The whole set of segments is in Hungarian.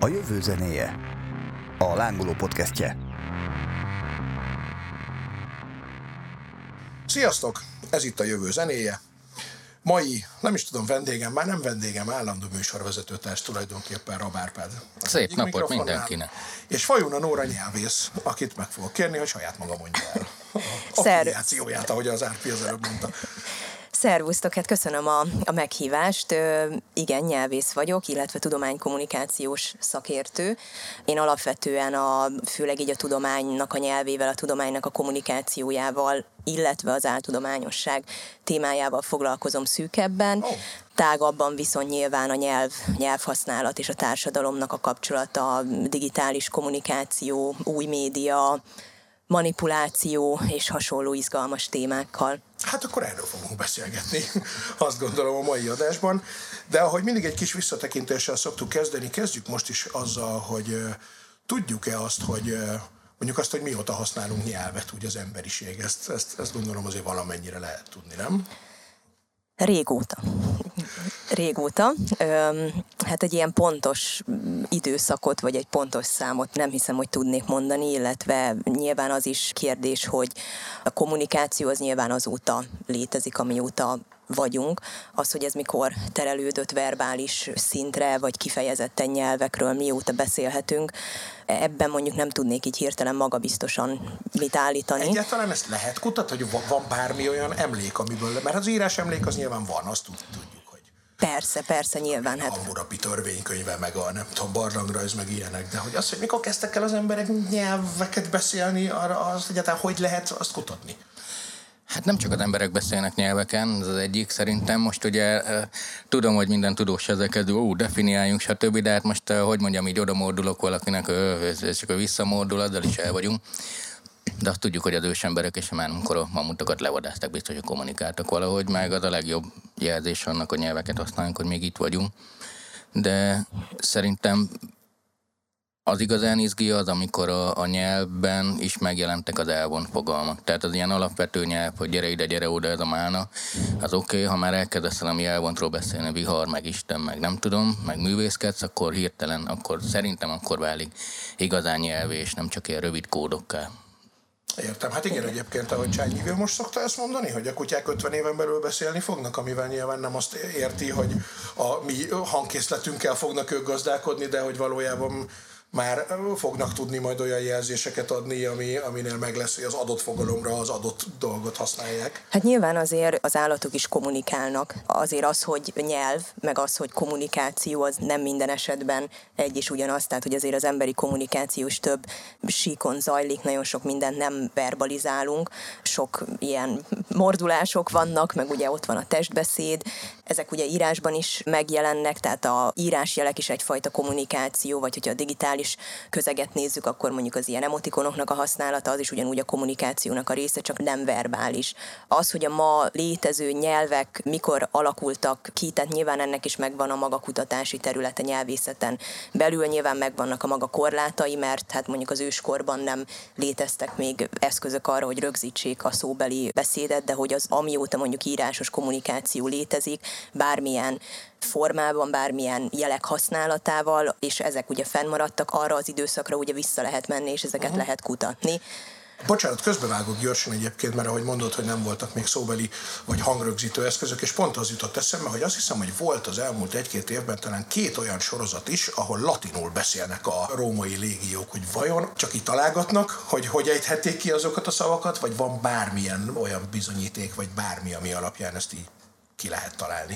A jövő zenéje. A Lángoló podcastje. Sziasztok! Ez itt a jövő zenéje. Mai, nem is tudom, vendégem, már nem vendégem, állandó műsorvezetőtárs tulajdonképpen Rab Árpád. Szép napot mindenkinek. És Fajuna Nóra nyelvész, akit meg fogok kérni, hogy saját maga mondja el a affiliációját, ahogy az Árpi az előbb mondta. Szervusztok, hát köszönöm a meghívást. Igen, nyelvész vagyok, illetve tudománykommunikációs szakértő. Én alapvetően főleg így a tudománynak a nyelvével, a tudománynak a kommunikációjával, illetve az áltudományosság témájával foglalkozom szűkebben. Tágabban viszont nyilván a nyelvhasználat és a társadalomnak a kapcsolata, a digitális kommunikáció, új média, manipuláció és hasonló izgalmas témákkal. Hát akkor erről fogunk beszélgetni, azt gondolom a mai adásban. De ahogy mindig egy kis visszatekintéssel szoktuk kezdeni, kezdjük most is azzal, hogy tudjuk-e azt, hogy mondjuk azt, hogy mióta használunk nyelvet, úgy az emberiség. Ezt gondolom azért valamennyire lehet tudni, nem? Régóta. Hát egy ilyen pontos időszakot, vagy egy pontos számot nem hiszem, hogy tudnék mondani, illetve nyilván az is kérdés, hogy a kommunikáció az nyilván azóta létezik, amióta vagyunk. Az, hogy ez mikor terelődött verbális szintre, vagy kifejezetten nyelvekről mióta beszélhetünk, ebben mondjuk nem tudnék így hirtelen magabiztosan mit állítani. Egyáltalán ezt lehet kutatni, hogy van bármi olyan emlék, amiből, mert az írás emlék az nyilván van, azt tudjuk, hogy... Persze, nyilván. Hammurapi törvénykönyve, meg a nem tudom, barlangrajz, meg ilyenek, de hogy az, hogy mikor kezdtek el az emberek nyelveket beszélni, arra az egyáltalán hogy lehet azt kutatni? Hát nem csak az emberek beszélnek nyelveken, ez az egyik szerintem. Most ugye tudom, hogy minden tudós ezzel kezdő, definiáljunk, stb., de hát most, hogy mondjam, így odamordulok valakinek, ez csak a visszamordul, azzal is el vagyunk. De azt tudjuk, hogy az ősemberek és már amikor a mamutokat levadázták, biztos, hogy kommunikáltak valahogy, meg az a legjobb jelzés annak, hogy nyelveket használunk, hogy még itt vagyunk. De szerintem az igazán izgi az, amikor a nyelvben is megjelentek az elvont fogalmak. Tehát az ilyen alapvető nyelv, hogy gyere ide, gyere oda, ez a mána, az oké, ha már elkezdesz valami elvontról beszélni, vihar, meg Isten, meg nem tudom, meg művészkedsz, akkor hirtelen, szerintem akkor válik igazán nyelvé, és nem csak ilyen rövid kódokká. Értem. Hát igen, egyébként, ahogy Csányi most szokta ezt mondani, hogy a kutyák 50 éven belül beszélni fognak, amivel nyilván nem azt érti, hogy a mi hangkészletünkkel fognak ők gazdálkodni, de hogy valójában már fognak tudni majd olyan jelzéseket adni, aminél meg lesz, hogy az adott fogalomra az adott dolgot használják. Hát nyilván azért az állatok is kommunikálnak. Azért az, hogy nyelv, meg az, hogy kommunikáció, az nem minden esetben egy és ugyanaz. Tehát, hogy azért az emberi kommunikáció is több síkon zajlik, nagyon sok mindent nem verbalizálunk, sok ilyen mordulások vannak, meg ugye ott van a testbeszéd. Ezek ugye írásban is megjelennek, tehát a írásjelek is egyfajta kommunikáció, vagy hogyha a digitális közeget nézzük, akkor mondjuk az ilyen emotikonoknak a használata, az is ugyanúgy a kommunikációnak a része, csak nem verbális. Az, hogy a ma létező nyelvek mikor alakultak ki, tehát nyilván ennek is megvan a maga kutatási területe nyelvészeten belül, nyilván megvannak a maga korlátai, mert hát mondjuk az őskorban nem léteztek még eszközök arra, hogy rögzítsék a szóbeli beszédet, de hogy az amióta mondjuk írásos kommunikáció létezik, bármilyen formában, bármilyen jelek használatával, és ezek ugye fennmaradtak, arra az időszakra ugye vissza lehet menni, és ezeket lehet kutatni. Bocsánat, közbevágok gyorsan egyébként, mert ahogy mondod, hogy nem voltak még szóbeli vagy hangrögzítő eszközök, és pont az jutott eszembe, hogy azt hiszem, hogy volt az elmúlt 1-2 évben talán 2 olyan sorozat is, ahol latinul beszélnek a római légiók, hogy vajon csak itt találgatnak, hogy ejthették ki azokat a szavakat, vagy van bármilyen olyan bizonyíték, vagy bármi, ami alapján ezt így ki lehet találni.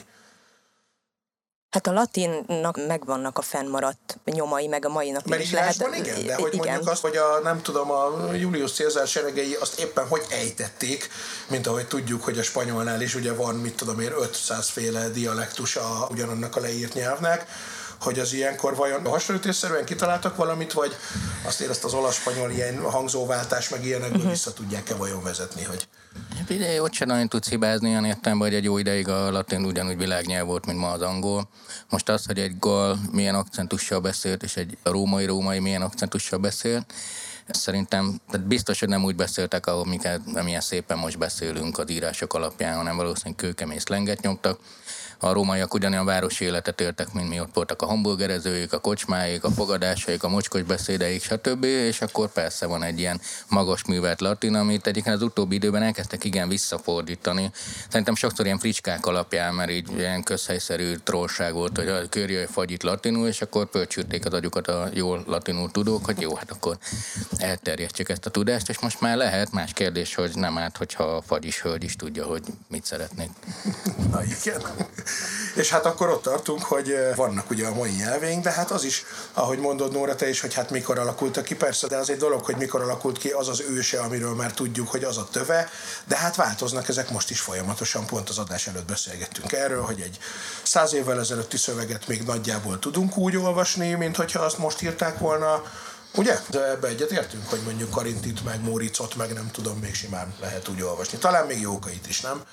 Hát a latinnak megvannak a fennmaradt nyomai, meg a mai napig is lehet. Igen, de hogy igen. Mondjuk azt, hogy a Julius Cézár seregei azt éppen hogy ejtették, mint ahogy tudjuk, hogy a spanyolnál is ugye van, 500 féle dialektusa ugyanannak a leírt nyelvnek, hogy az ilyenkor vajon hasonlítésszerűen kitaláltak valamit, vagy azt ezt az olasz-spanyol ilyen hangzóváltás, meg ilyenekből vissza tudják-e vajon vezetni, hogy... Ugye ott sem nagyon tudsz hibázni olyan értelemben, hogy egy jó ideig a latin ugyanúgy világnyelv volt, mint ma az angol. Most az, hogy egy gal milyen akcentussal beszélt, és egy római milyen akcentussal beszélt, szerintem tehát biztos, hogy nem úgy beszéltek, amilyen szépen most beszélünk az írások alapján, hanem valószínűleg kőkemény szlenget nyomtak. a rómaiak ugyanolyan városi életet éltek, mint mi, ott voltak a hamburgerezőik, a kocsmáik, a fogadásaik, a mocskos beszédeik, stb. És akkor persze van egy ilyen magas művelt latin, amit egyébként az utóbbi időben elkezdtek igen visszafordítani. Szerintem sokszor ilyen fricskák alapján, mert így ilyen közhelyszerű trollság volt, hogy a körjöjj fagyit latinul, és akkor pölcsülték az agyukat a jól latinul tudók, hogy jó, hát akkor elterjesztjük ezt a tudást, és most már lehet, más kérdés, hogy nem árt, hogyha a fagyis hölgy is tudja, hogy mit szeretnék. Na igen. És hát akkor ott tartunk, hogy vannak ugye a mai nyelveink, de hát az is, ahogy mondod Nóra, te is, hogy hát mikor alakultak ki, persze, de az egy dolog, hogy mikor alakult ki az az őse, amiről már tudjuk, hogy az a töve, de hát változnak ezek most is folyamatosan, pont az adás előtt beszélgettünk erről, hogy egy 100 évvel ezelőtti szöveget még nagyjából tudunk úgy olvasni, mint hogyha azt most írták volna. Ugye? De ebbe egyetértünk, hogy mondjuk Karintit, meg Móricot, meg nem tudom, még simán lehet úgy olvasni. Talán még Jókait is, nem?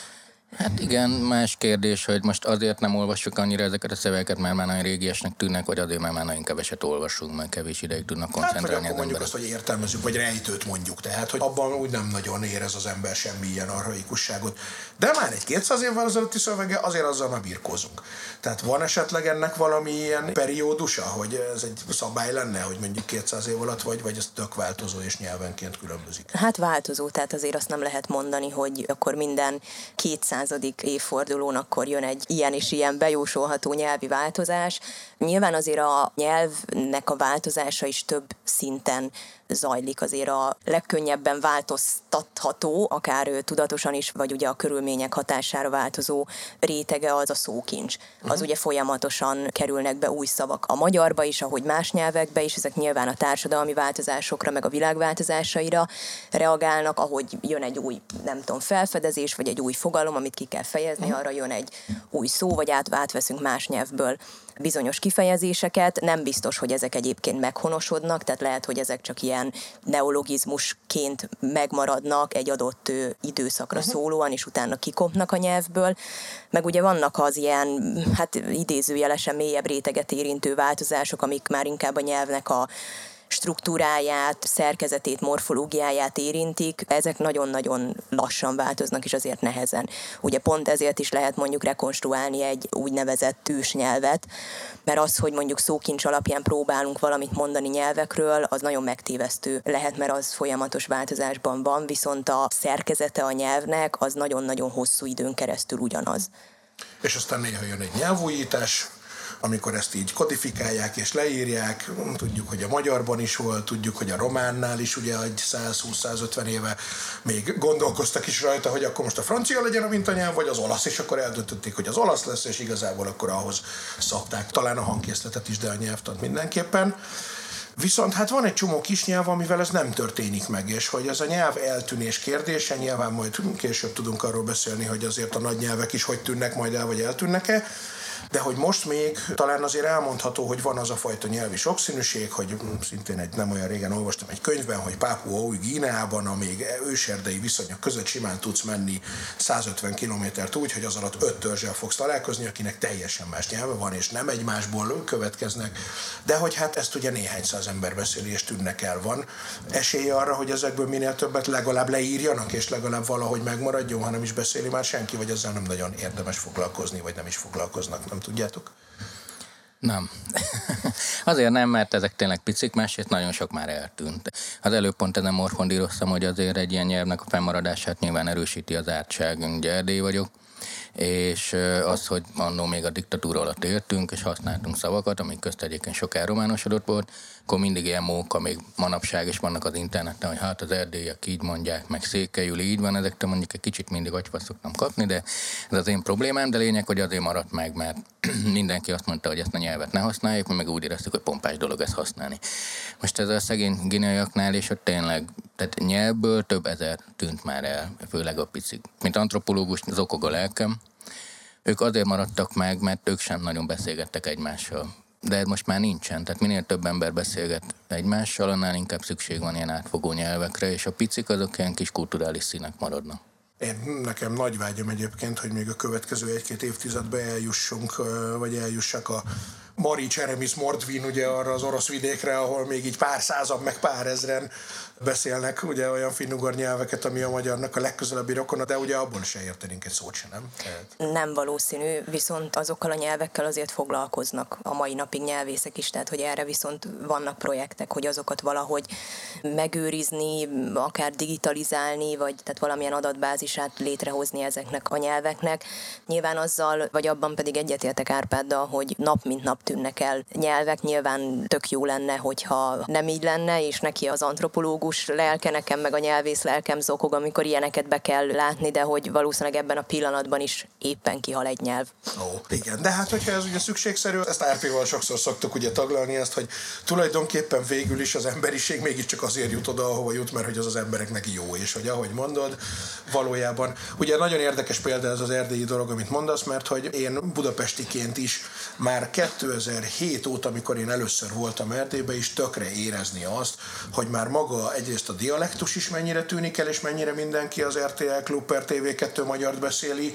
Hát igen, más kérdés, hogy most azért nem olvassuk annyira ezeket a szövegeket, mert már nagyon régiesnek tűnnek, vagy azért, mert már nagyon keveset olvasunk, mert kevés ideig tudnak koncentrálni. Hát, vagy akkor mondjuk azt, hogy értelmezzük, vagy rejtőt mondjuk. Tehát, hogy abban úgy nem nagyon érez az ember semmi ilyen arhaikusságot. De már egy 200 évvel ezelőtti szövege, azért azzal már birkózunk. Tehát van esetleg ennek valami ilyen periódusa, hogy ez egy szabály lenne, hogy mondjuk 200 év alatt vagy ez tök változó és nyelvenként különbözik? Hát változó, tehát azért azt nem lehet mondani, hogy akkor minden 200. évfordulón akkor jön egy ilyen és ilyen bejósolható nyelvi változás. Nyilván azért a nyelvnek a változása is több szinten zajlik, azért a legkönnyebben változtatható, akár tudatosan is, vagy ugye a körülmények hatására változó rétege az a szókincs. Az ugye folyamatosan kerülnek be új szavak a magyarba is, ahogy más nyelvekbe is, ezek nyilván a társadalmi változásokra, meg a világ változásaira reagálnak, ahogy jön egy új, nem tudom, felfedezés, vagy egy új fogalom, amit ki kell fejezni, arra jön egy új szó, vagy átveszünk más nyelvből bizonyos kifejezéseket. Nem biztos, hogy ezek egyébként meghonosodnak, tehát lehet, hogy ezek csak ilyen neologizmusként megmaradnak egy adott időszakra szólóan, és utána kikopnak a nyelvből. Meg ugye vannak az ilyen, hát idézőjelesen mélyebb réteget érintő változások, amik már inkább a nyelvnek a struktúráját, szerkezetét, morfológiáját érintik, ezek nagyon-nagyon lassan változnak, és azért nehezen. Ugye pont ezért is lehet mondjuk rekonstruálni egy úgynevezett ősnyelvet, mert az, hogy mondjuk szókincs alapján próbálunk valamit mondani nyelvekről, az nagyon megtévesztő lehet, mert az folyamatos változásban van, viszont a szerkezete a nyelvnek az nagyon-nagyon hosszú időn keresztül ugyanaz. És aztán néha jön egy nyelvújítás, amikor ezt így kodifikálják és leírják, tudjuk, hogy a magyarban is volt, tudjuk, hogy a románnál is ugye egy 120-150 éve még gondolkoztak is rajta, hogy akkor most a francia legyen a mintanyelv, vagy az olasz, és akkor eldöntötték, hogy az olasz lesz, és igazából akkor ahhoz szabták talán a hangkészletet is, de a nyelvtant mindenképpen. Viszont hát van egy csomó kis nyelv, amivel ez nem történik meg, és hogy ez a nyelv eltűnés kérdése, nyilván majd később tudunk arról beszélni, hogy azért a nagy nyelvek is hogy tűnnek majd el, vagy eltűnnek-e, de hogy most még talán azért elmondható, hogy van az a fajta nyelvi sokszínűség, hogy szintén nem olyan régen olvastam egy könyvben, hogy Pápua Új Guineában a még őserdei viszonyok között simán tudsz menni 150 kilométert úgy, hogy az alatt 5 törzsel fogsz találkozni, akinek teljesen más nyelve van, és nem egymásból következnek, de hogy hát ezt ugye néhány száz ember beszéli, és tűnnek el. Van esélye arra, hogy ezekből minél többet legalább leírjanak, és legalább valahogy megmaradjon, ha nem is beszéli már senki, vagy ezzel nem nagyon érdemes foglalkozni, vagy nem is foglalkoznak. Nem tudjátok? Nem. Azért nem, mert ezek tényleg picik, másrészt nagyon sok már eltűnt. Az előbb pont ezen morfondíroztam, hogy azért egy ilyen nyelvnek a fennmaradását nyilván erősíti az ártság. Ugye Erdély vagyok, és az, hogy annó még a diktatúra alatt éltünk, és használtunk szavakat, amik közt egyébként sok elrománosodott volt, akkor mindig ilyen móka, még manapság is vannak az interneten, hogy hát az erdélyek így mondják, meg Székelyül így van, ezektől mondjuk egy kicsit mindig agyfasz szoktam kapni, de ez az én problémám, de lényeg, hogy azért maradt meg, mert mindenki azt mondta, hogy ezt a nyelvet ne használjuk, mi meg úgy éreztük, hogy pompás dolog ezt használni. Most ez a szegény guineaiaknál, és ott tényleg, tehát nyelvből több ezer tűnt már el, főleg a picik. Mint antropológus zokog a lelkem, ők azért maradtak meg, mert ők sem nagyon beszélgettek egymással. De ez most már nincsen, tehát minél több ember beszélget egymással, annál inkább szükség van ilyen átfogó nyelvekre, és a picik azok ilyen kis kulturális színek maradnak. Nekem nagy vágyam egyébként, hogy még a következő 1-2 évtizedben eljussunk, vagy eljussak a Mari Cseremis Mordvin, ugye arra az orosz vidékre, ahol még így pár százan, meg pár ezren beszélnek ugye olyan finnugor nyelveket, ami a magyarnak a legközelebbi rokona, de ugye abból se értenénk egy szót sem, nem? Nem valószínű, viszont azokkal a nyelvekkel azért foglalkoznak a mai napig nyelvészek is, tehát hogy erre viszont vannak projektek, hogy azokat valahogy megőrizni, akár digitalizálni, vagy tehát valamilyen adatbázisát létrehozni ezeknek a nyelveknek. Nyilván azzal, vagy abban pedig egyetértek Árpáddal, hogy nap mint nap tűnnek el nyelvek. Nyilván tök jó lenne, hogyha nem így lenne, és neki az antropológus lelke, nekem meg a nyelvész lelkem zokog, amikor ilyeneket be kell látni, de hogy valószínűleg ebben a pillanatban is éppen kihal egy nyelv. Ó, igen, de hát hogyha ez ugye szükségszerű, ezt Árpival sokszor szoktuk ugye taglalni ezt, hogy tulajdonképpen végül is az emberiség mégiscsak azért jut oda, ahova jut, mert hogy az embereknek jó, és hogy ahogy mondod, valójában. Ugye nagyon érdekes példa ez az erdélyi dolog, amit mondasz, mert hogy én budapestiként is már 2007 óta, amikor én először voltam Erdélyben, is tökre érezni azt, hogy már maga egyrészt a dialektus is mennyire tűnik el, és mennyire mindenki az RTL Klub per TV2 magyart beszéli,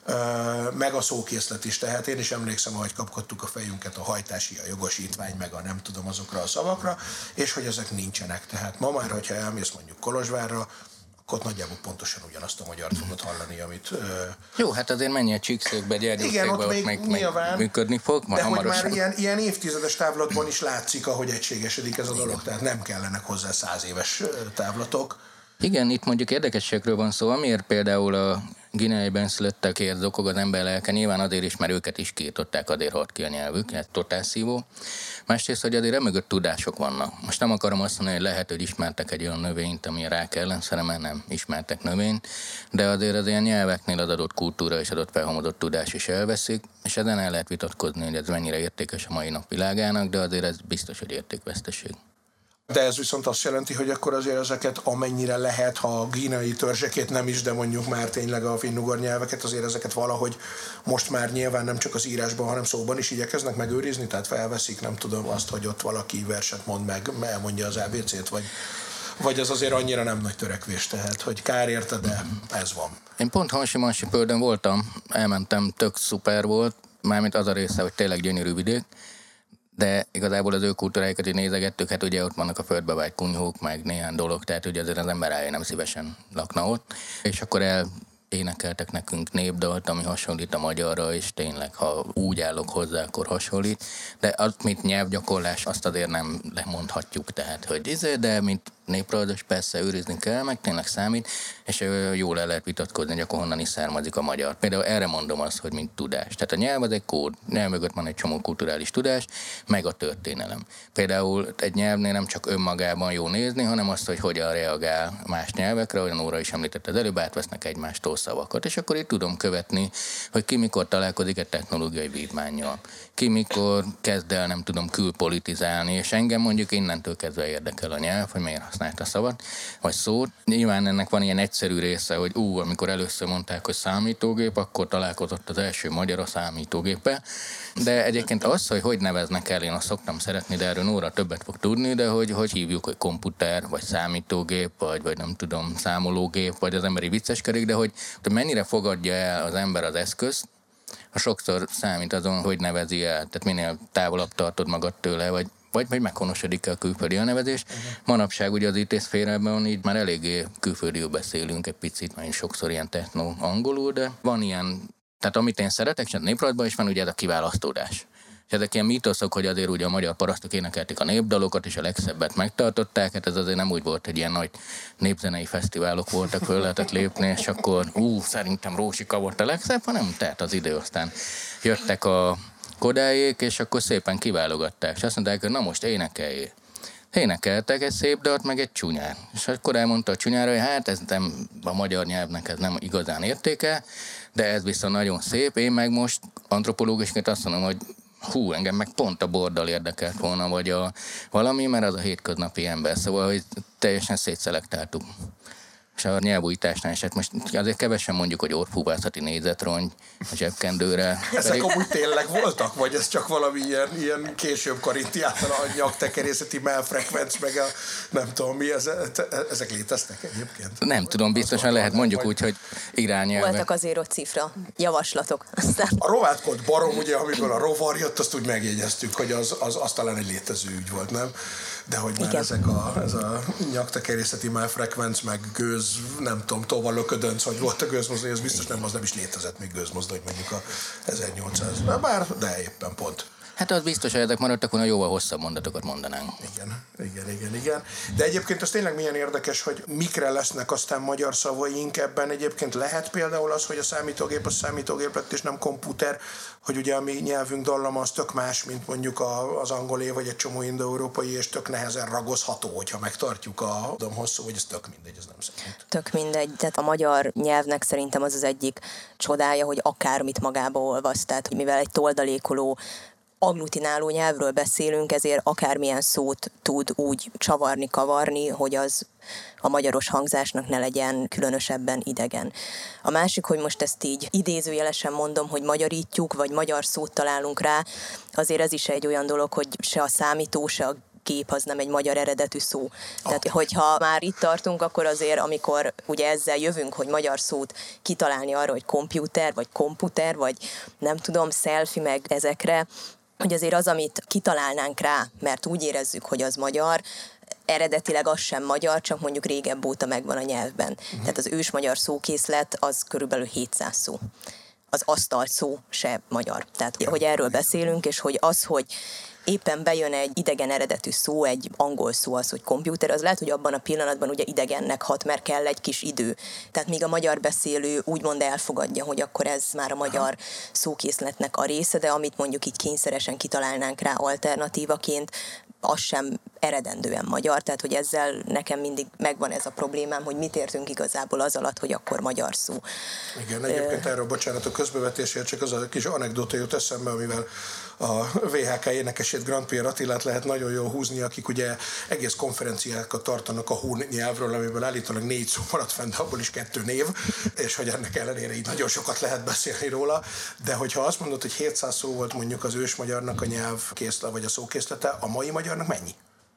meg a szókészlet is. Tehát én is emlékszem, ahogy kapkodtuk a fejünket a hajtási, a jogosítvány, meg a nem tudom azokra a szavakra, és hogy ezek nincsenek. Tehát ma már, hogyha elmész mondjuk Kolozsvárra, akkor nagyjából pontosan ugyanazt a magyart fogod hallani, amit... Jó, hát azért menj a Csíkszékbe, Gyergyószékbe, ott még nyilván, működni fog. De hogy már ilyen évtizedes távlatban is látszik, ahogy egységesedik ez a dolog, tehát nem kellenek hozzá 100 éves távlatok. Igen, itt mondjuk érdekességről van szó, amiért például a Guineában szülöttekért zokog az ember lelke, nyilván azért is, mert őket is kiirtották, azért halt ki a nyelvük, ez totál szívó. Másrészt, hogy azért emögött tudások vannak. Most nem akarom azt mondani, hogy lehet, hogy ismertek egy olyan növényt, ami a rák ellenszere, mert nem ismertek növényt, de azért az ilyen nyelveknél az adott kultúra és adott felhalmozott tudás is elveszik, és ezen el lehet vitatkozni, hogy ez mennyire értékes a mai nap világának, de azért ez biztos, hogy értékveszteség. De ez viszont azt jelenti, hogy akkor azért ezeket amennyire lehet, ha a gínai törzsekét nem is, de mondjuk már tényleg a finnugor nyelveket, azért ezeket valahogy most már nyilván nem csak az írásban, hanem szóban is igyekeznek megőrizni, tehát felveszik, nem tudom azt, hogy ott valaki verset mond meg, elmondja az ABC-t, vagy az azért annyira nem nagy törekvés, tehát hogy kár érte, de ez van. Én pont Hansi-Mansi-Földön voltam, elmentem, tök szuper volt, mármint az a része, hogy tényleg gyönyörű vidék, de igazából az ő kultúráikat is nézegettük, hát ugye ott vannak a földbe vágy kunyhók, meg néhány dolog, tehát ugye azért az ember állja nem szívesen lakna ott, és akkor énekeltek nekünk népdalt, ami hasonlít a magyarra, és tényleg, ha úgy állok hozzá, akkor hasonlít, de az, mint nyelvgyakorlás, azt azért nem lemondhatjuk, tehát, hogy de mint néprajzos persze őrizni kell, meg tényleg számít, és jól el lehet vitatkozni, hogy akkor honnan is származik a magyar. Például erre mondom azt, hogy mint tudás. Tehát a nyelv az egy kód, nyelv mögött van egy csomó kulturális tudás, meg a történelem. Például egy nyelvnél nem csak önmagában jó nézni, hanem azt, hogy hogyan reagál más nyelvekre, olyan Óra is említette az előbb, átvesznek egymástól szavakat, és akkor itt tudom követni, hogy ki mikor találkozik egy technológiai vívmánnyal, ki mikor kezd el, nem tudom, külpolitizálni, és engem mondjuk innentől kezdve érdekel a nyelv, hogy miért használt a szavat, vagy szót. Nyilván ennek van ilyen egyszerű része, hogy amikor először mondták, hogy számítógép, akkor találkozott az első magyar a számítógéppel, de egyébként az, hogy neveznek el, én azt szoktam szeretni, de erről Nóra többet fog tudni, de hogy hívjuk, hogy komputer, vagy számítógép, vagy nem tudom, számológép, vagy az emberi vicceskerék, de hogy mennyire fogadja el az ember az eszközt, sokszor számít azon, hogy nevezi el, tehát minél távolabb tartod magad tőle, vagy meghonosodik a külföldi elnevezés. Manapság ugye az IT-szférában így már eléggé külföldiül beszélünk egy picit, nagyon sokszor ilyen techno-angolul, de van ilyen, tehát amit én szeretek, és a néprajzban is van ugye ez a kiválasztódás. És ezek ilyen mítoszok, hogy azért ugye a magyar parasztok énekelték a népdalokat, és a legszebbet megtartották, hát ez azért nem úgy volt, hogy ilyen nagy népzenei fesztiválok voltak, föl lehetett lépni, és akkor szerintem Rózsika volt a legszebb, hanem tehát az idő, aztán jöttek a Kodályék, és akkor szépen kiválogatták, és azt mondták, hogy na most énekeljél. Énekeltek egy szép dalt, meg egy csúnyát. És akkor elmondta a csúnyára, hogy hát ez nem, a magyar nyelvnek ez nem igazán értéke, de ez viszont nagyon szép. Én meg most antropológusként azt mondom, hogy engem meg pont a bordal érdekelt volna, vagy valami, mert az a hétköznapi ember. Szóval, hogy teljesen szétszelektáltuk. És a nyelvújításnál is, hát most azért kevesen mondjuk, hogy orrfúvászati négyzetrongy a zsebkendőre. Ezek amúgy tényleg voltak? Vagy ez csak valami ilyen később karintiátlan a nyaktekerészeti melfrekvenc, meg a nem tudom mi, ezek léteztek egyébként? Nem tudom, biztosan lehet mondjuk úgy, hogy irányelvek. Voltak azért ott cifra javaslatok. Aztán... A rovátkolt barom, ugye, amiből a rovar jött, azt úgy megjegyeztük, hogy az talán egy létező ügy volt, nem? De hogy már ez a nyaktekerészeti melfrekvenc, meg gőz, nem tudom, tovalöködönc, hogy volt a gőzmozdony, ez biztos nem, az nem is létezett még gőzmozdony mondjuk a 1800. De éppen pont. Hát az biztos, hogy ezek maradtak volna, jóval hosszabb mondatokat mondanánk. Igen. De egyébként az tényleg milyen érdekes, hogy mikre lesznek aztán magyar szavaink ebben. Egyébként lehet például az, hogy a számítógép az számítógép lett és nem komputer, hogy ugye a mi nyelvünk dallama az tök más, mint mondjuk az angolé vagy egy csomó indoeurópai, és tök nehezen ragozható, hogyha megtartjuk a hosszú, vagy ez tök mindegy, ez nem számít. Tök mindegy, tehát a magyar nyelvnek szerintem az egyik csodája, hogy akármit magába olvaszt, tehát mivel egy toldalékoló agglutináló nyelvről beszélünk, ezért akármilyen szót tud úgy csavarni-kavarni, hogy az a magyaros hangzásnak ne legyen különösebben idegen. A másik, hogy most ezt így idézőjelesen mondom, hogy magyarítjuk, vagy magyar szót találunk rá, azért ez is egy olyan dolog, hogy se a számító, se a gép az nem egy magyar eredetű szó. Tehát, hogyha már itt tartunk, akkor azért, amikor ugye ezzel jövünk, hogy magyar szót kitalálni arra, hogy komputer, vagy komputer, vagy nem tudom, selfie, meg ezekre, hogy azért az, amit kitalálnánk rá, mert úgy érezzük, hogy az magyar, eredetileg az sem magyar, csak mondjuk régebb óta megvan a nyelvben. Tehát az ős magyar szókészlet az körülbelül 700 szó. Az asztal szó se magyar. Tehát, hogy erről beszélünk, és hogy az, hogy éppen bejön egy idegen eredetű szó, egy angol szó az, hogy komputer, az lehet, hogy abban a pillanatban ugye idegennek hat, mert kell egy kis idő. Tehát míg a magyar beszélő úgymond elfogadja, hogy akkor ez már a magyar szókészletnek a része, de amit mondjuk így kényszeresen kitalálnánk rá alternatívaként, az sem eredendően magyar, tehát hogy ezzel nekem mindig megvan ez a problémám, hogy mit értünk igazából az alatt, hogy akkor magyar szó. Igen, egyébként erről, bocsánat, a közbevetésért csak az a kis anekdóta jut eszembe, amivel a VHK énekesét Grand Pierre Attilát lehet nagyon jól húzni, akik ugye egész konferenciákat tartanak a hun nyelvről, amiből állítólag 4 szó maradt fenn, de abból is 2 név, és hogy ennek ellenére így nagyon sokat lehet beszélni róla, de hogyha azt mondod, hogy 700 szó volt mondjuk az ősmagyarnak a nyelvkészlete, vagy a szókészlete, a mai magyarnak mennyi?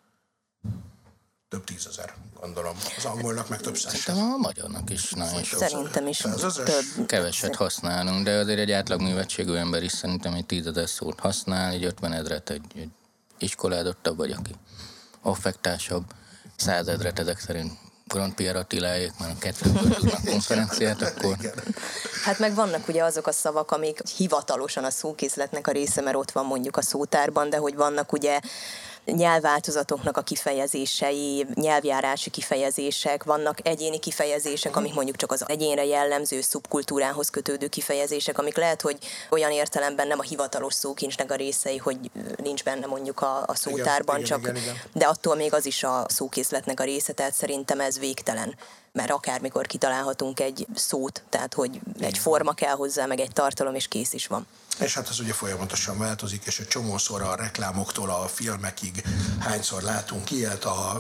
Több 10 000, gondolom. Az angolnak meg több 100. Szerintem a magyarnak is nagyon sok. Szerintem is több. Keveset használunk, de azért egy átlagművetségű ember is szerintem egy 10 000 szót használ, egy 50 000-et egy iskoládottabb, vagy aki affektásabb, 100 000-et ezek szerint Grand Pierre Attiláék, mert a 2-ből tudnak konferenciát, akkor... Hát meg vannak ugye azok a szavak, amik hivatalosan a szókészletnek a része, mert ott van mondjuk a szótárban, de hogy vannak ugye nyelvváltozatoknak a kifejezései, nyelvjárási kifejezések, vannak egyéni kifejezések, amik mondjuk csak az egyénre jellemző szubkultúrához kötődő kifejezések, amik lehet, hogy olyan értelemben nem a hivatalos szókincsnek a részei, hogy nincs benne mondjuk a szótárban, igen. De attól még az is a szókészletnek a része, tehát szerintem ez végtelen. Mert akármikor kitalálhatunk egy szót, tehát hogy egy forma kell hozzá, meg egy tartalom, és kész is van. És hát ez ugye folyamatosan változik, és egy csomószor a reklámoktól a filmekig hányszor látunk ilyet, a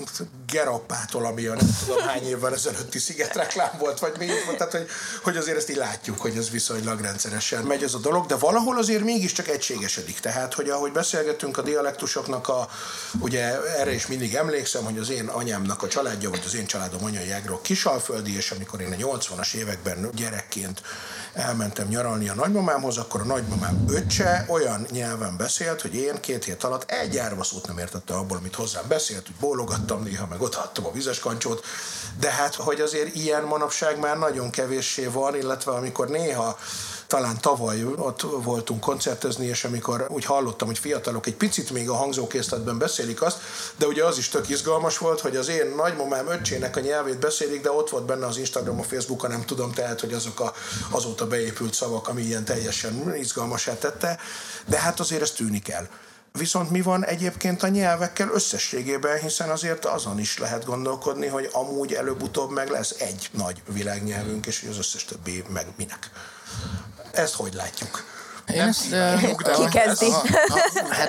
Gerappától, ami a nem tudom hány évvel ezelőtti szigetreklám volt, vagy még tehát hogy azért ezt így látjuk, hogy ez viszonylag rendszeresen megy ez a dolog, de valahol azért mégiscsak egységesedik. Tehát, hogy ahogy beszélgettünk a dialektusoknak, ugye erre is mindig emlékszem, hogy az én anyámnak a családja, vagy az én családom anyai ágról kisalföldi, és amikor én a 80-as években gyerekként elmentem nyaralni a nagymamámhoz, akkor a nagymamám öccse olyan nyelven beszélt, hogy én 2 hét alatt egy árva szót nem értettem abból, amit hozzám beszélt, hogy bólogattam néha, meg odaadtam a vizes kancsót, de hát, hogy azért ilyen manapság már nagyon kevéssé van, illetve amikor néha talán tavaly ott voltunk koncertezni, és amikor úgy hallottam, hogy fiatalok egy picit még a hangzókészletben beszélik azt, de ugye az is tök izgalmas volt, hogy az én nagymamám öccsének a nyelvét beszélik, de ott volt benne az Instagram, a Facebook, nem tudom, tehát, hogy azok azóta beépült szavak, ami ilyen teljesen izgalmassá tette, de hát azért ez tűnik el. Viszont mi van egyébként a nyelvekkel összességében, hiszen azért azon is lehet gondolkodni, hogy amúgy előbb-utóbb meg lesz egy nagy világnyelvünk, és az összes többi meg minek. Ezt hogy látjuk? Én ezt, Ki kezdi? Hát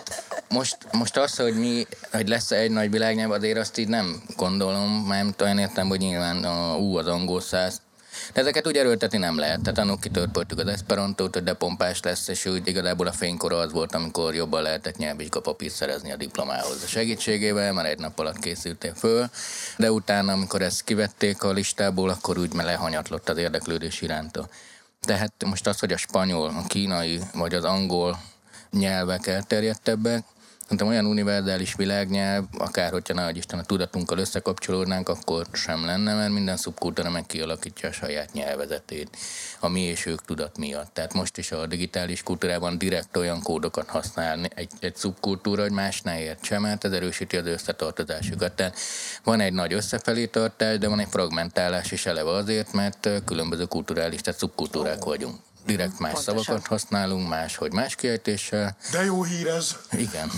Most az, hogy lesz egy nagy világnyelv, azért azt így nem gondolom, mert olyan értem, hogy nyilván az angol száz. De ezeket úgy erőltetni nem lehet. Tehát annak kitörpöltük az esperantót, hogy de pompás lesz, és úgy igazából a fénykora az volt, amikor jobban lehetett nyelvvizsgapapírt szerezni a diplomához a segítségével, már egy nap alatt készültél föl, de utána, amikor ezt kivették a listából, akkor úgy lehanyatlott az érdeklődés iránta. Tehát most az, hogy a spanyol, a kínai vagy az angol nyelvek elterjedtebbek, szerintem olyan univerzális világnyelv, akár hogyha nagy Isten a tudatunkkal összekapcsolódnánk, akkor sem lenne, mert minden szubkultúra meg kialakítja a saját nyelvezetét, a mi és ők tudat miatt. Tehát most is a digitális kultúrában direkt olyan kódokat használ egy szubkultúra, hogy más ne értse, mert ez erősíti az összetartozásukat. Tehát van egy nagy összefelé tartás, de van egy fragmentálás is eleve azért, mert különböző kulturális, tehát szubkultúrák vagyunk. Direkt más Pontosan. szavakat használunk, máshogy más kiejtéssel. De jó hír ez. Igen.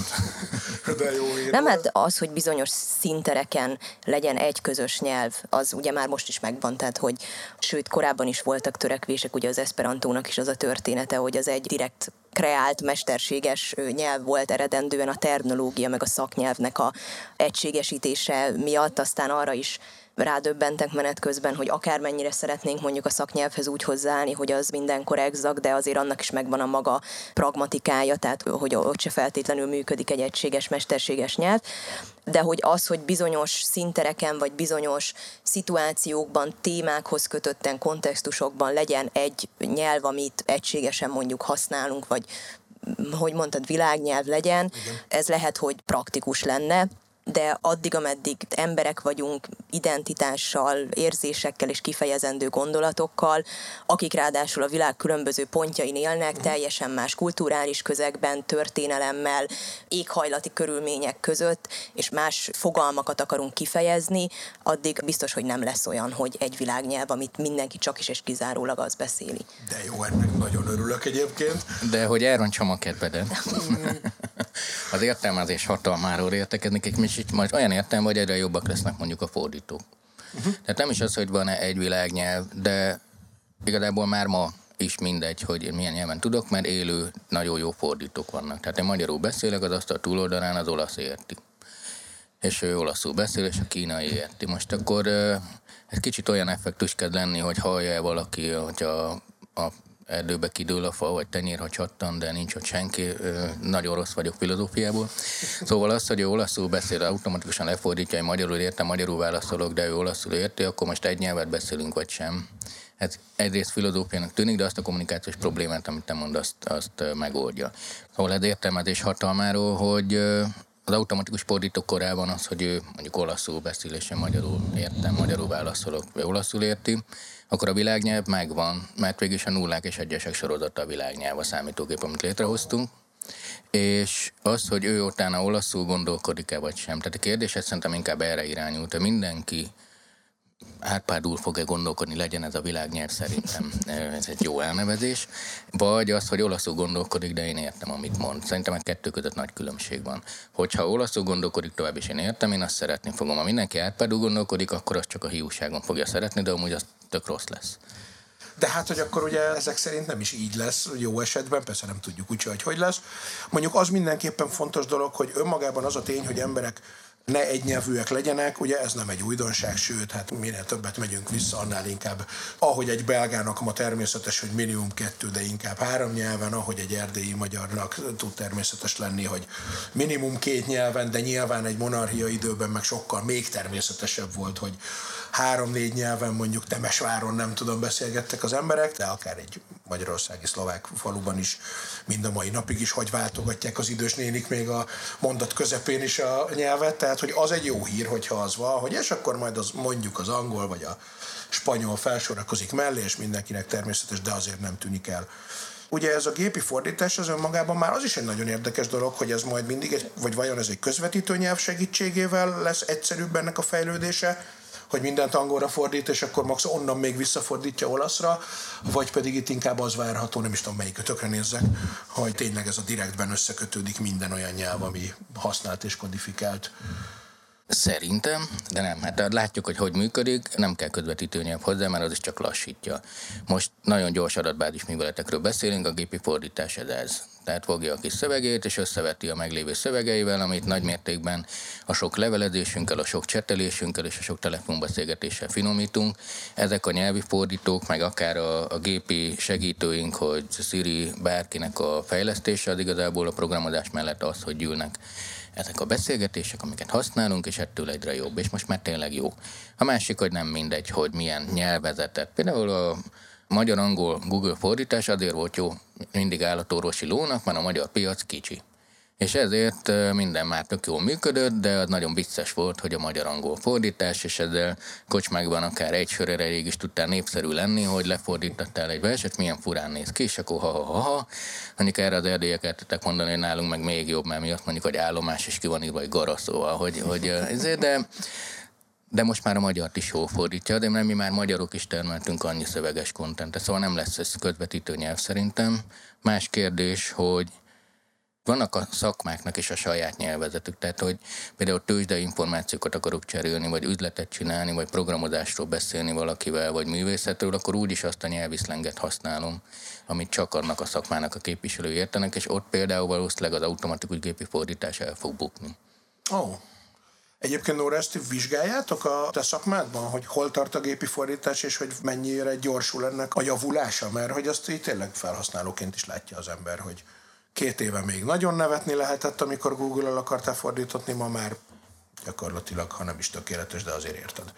De jó hír. Nem, hát az, hogy bizonyos szintereken legyen egy közös nyelv, az ugye már most is megvan, tehát hogy sőt, korábban is voltak törekvések, ugye az esperantónak is az a története, hogy az egy direkt kreált, mesterséges nyelv volt eredendően a terminológia, meg a szaknyelvnek a egységesítése miatt, aztán arra is rádöbbentek menet közben, hogy akármennyire szeretnénk mondjuk a szaknyelvhez úgy hozzáállni, hogy az mindenkor exakt, de azért annak is megvan a maga pragmatikája, tehát hogy ott se feltétlenül működik egy egységes, mesterséges nyelv, de hogy az, hogy bizonyos szintereken vagy bizonyos szituációkban, témákhoz kötötten, kontextusokban legyen egy nyelv, amit egységesen mondjuk használunk, vagy hogy mondtad, világnyelv legyen, igen. Ez lehet, hogy praktikus lenne, de addig, ameddig emberek vagyunk identitással, érzésekkel és kifejezendő gondolatokkal, akik ráadásul a világ különböző pontjain élnek, teljesen más kulturális közegben, történelemmel, éghajlati körülmények között, és más fogalmakat akarunk kifejezni, addig biztos, hogy nem lesz olyan, hogy egy világnyelv, amit mindenki csak is és kizárólag az beszéli. De jó, ennek nagyon örülök egyébként. De hogy elrontsam a kedvedet. Az értelmezés hatalmáról értekeznek egy kicsit, majd olyan értelme, hogy egyre jobbak lesznek mondjuk a fordítók. Tehát nem is az, hogy van egy világnyelv, de igazából már ma is mindegy, hogy milyen nyelven tudok, mert élő, nagyon jó fordítók vannak. Tehát én magyarul beszélek, az asztal túloldalán az olasz érti. És ő olaszul beszél, és a kínai érti. Most akkor egy kicsit olyan effektus kell lenni, hogy hallja valaki, hogy a erdőbe kidől a fa, vagy tenyér, ha csattan, de nincs ott senki. Nagyon rossz vagyok filozófiából. Szóval az, hogy ő olaszul beszél, automatikusan lefordítja, hogy magyarul értem, magyarul válaszolok, de ő olaszul érti, akkor most egy nyelvet beszélünk, vagy sem. Ez egyrészt filozófiának tűnik, de azt a kommunikációs problémát, amit te mondasz, azt megoldja. Szóval ez értelmezés hatalmáról, hogy az automatikus fordítók korában az, hogy ő mondjuk olaszul beszél, és én magyarul értem, magyarul válaszolok, vagy olaszul érti, akkor a világnyelv megvan, mert végülis a nullák és egyesek sorozata a világnyelv, a számítógép, amit létrehoztunk, és az, hogy ő utána olaszul gondolkodik-e vagy sem. Tehát a kérdés szerintem inkább erre irányult, hogy mindenki Árpádul fog-e gondolkodni, legyen ez a világnyelv, szerintem ez egy jó elnevezés, vagy az, hogy olaszul gondolkodik, de én értem, amit mond. Szerintem a kettő között nagy különbség van. Hogyha olaszul gondolkodik tovább, és én értem, én azt szeretni fogom. Ha mindenki Árpádul gondolkodik, akkor azt csak a hiúságon fogja szeretni, de amúgy az tök rossz lesz. De hát, hogy akkor ugye ezek szerint nem is így lesz jó esetben, persze nem tudjuk úgyse, hogy lesz. Mondjuk az mindenképpen fontos dolog, hogy önmagában az a tény, hogy emberek ne egynyelvűek legyenek, ugye ez nem egy újdonság, sőt, hát minél többet megyünk vissza, annál inkább, ahogy egy belgának ma természetes, hogy minimum 2, de inkább 3 nyelven, ahogy egy erdélyi magyarnak tud természetes lenni, hogy minimum 2 nyelven, de nyilván egy monarchia időben meg sokkal még természetesebb volt, hogy 3-4 nyelven mondjuk Temesváron nem tudom, beszélgettek az emberek, de akár egy magyarországi szlovák faluban is mind a mai napig is, hogy váltogatják az idős nénik még a mondat közepén is a nyelvet, tehát hogy az egy jó hír, hogyha az van, hogy és akkor majd az mondjuk az angol vagy a spanyol felsorakozik mellé, és mindenkinek természetes, de azért nem tűnik el. Ugye ez a gépi fordítás az önmagában már az is egy nagyon érdekes dolog, hogy ez majd mindig, vagy vajon ez egy közvetítő nyelv segítségével lesz egyszerűbb ennek a fejlődése, hogy mindent angolra fordít, és akkor max onnan még visszafordítja olaszra, vagy pedig itt inkább az várható, nem is tudom melyikötökre nézzek, hogy tényleg ez a direktben összekötődik minden olyan nyelv, ami használt és kodifikált. Szerintem, de nem. Hát látjuk, hogy működik, nem kell közvetítőnyelv hozzá, mert az is csak lassítja. Most nagyon gyors adatbázis műveletekről beszélünk, a gépi fordítás ez. Tehát fogja a kis szövegét, és összeveti a meglévő szövegeivel, amit nagymértékben a sok levelezésünkkel, a sok csetelésünkkel és a sok telefonbeszélgetéssel finomítunk. Ezek a nyelvi fordítók, meg akár a gépi segítőink, hogy Siri bárkinek a fejlesztése, az igazából a programozás mellett az, hogy gyűlnek ezek a beszélgetések, amiket használunk, és ettől egyre jobb, és most már tényleg jó. A másik, hogy nem mindegy, hogy milyen nyelvezetet. Például a magyar-angol Google fordítás azért volt jó mindig állatorvosi lónak, mert a magyar piac kicsi. És ezért minden már tök jól működött, de az nagyon vicces volt, hogy a magyar-angol fordítás, és ezzel kocsmákban akár egy sör erejéig is tudtál népszerű lenni, hogy lefordítottál egy verset, milyen furán néz ki, és akkor ha. Mondjuk erre az erdélyek eltettek mondani, hogy nálunk meg még jobb, mert mi azt mondjuk, hogy állomás, és ki van írva, vagy gara, szóval, de most már a magyart is jól fordítja, de mi már magyarok is termeltünk annyi szöveges kontentet, szóval nem lesz ez közvetítő nyelv szerintem. Más kérdés, hogy vannak a szakmáknak is a saját nyelvezetük, tehát hogy például tőzsdei információkat akarok cserélni, vagy üzletet csinálni, vagy programozásról beszélni valakivel, vagy művészetről, akkor úgyis azt a nyelviszlenget használom, amit csak annak a szakmának a képviselői értenek, és ott például valószínűleg az automatikus gépi fordítás el fog bukni. Egyébként, Nóra, ezt vizsgáljátok a te szakmádban, hogy hol tart a gépi fordítás, és hogy mennyire gyorsul ennek a javulása? Mert hogy azt így tényleg felhasználóként is látja az ember, hogy 2 éve még nagyon nevetni lehetett, amikor Google-al akartál fordítatni, ma már gyakorlatilag, ha nem is tökéletes, de azért érted.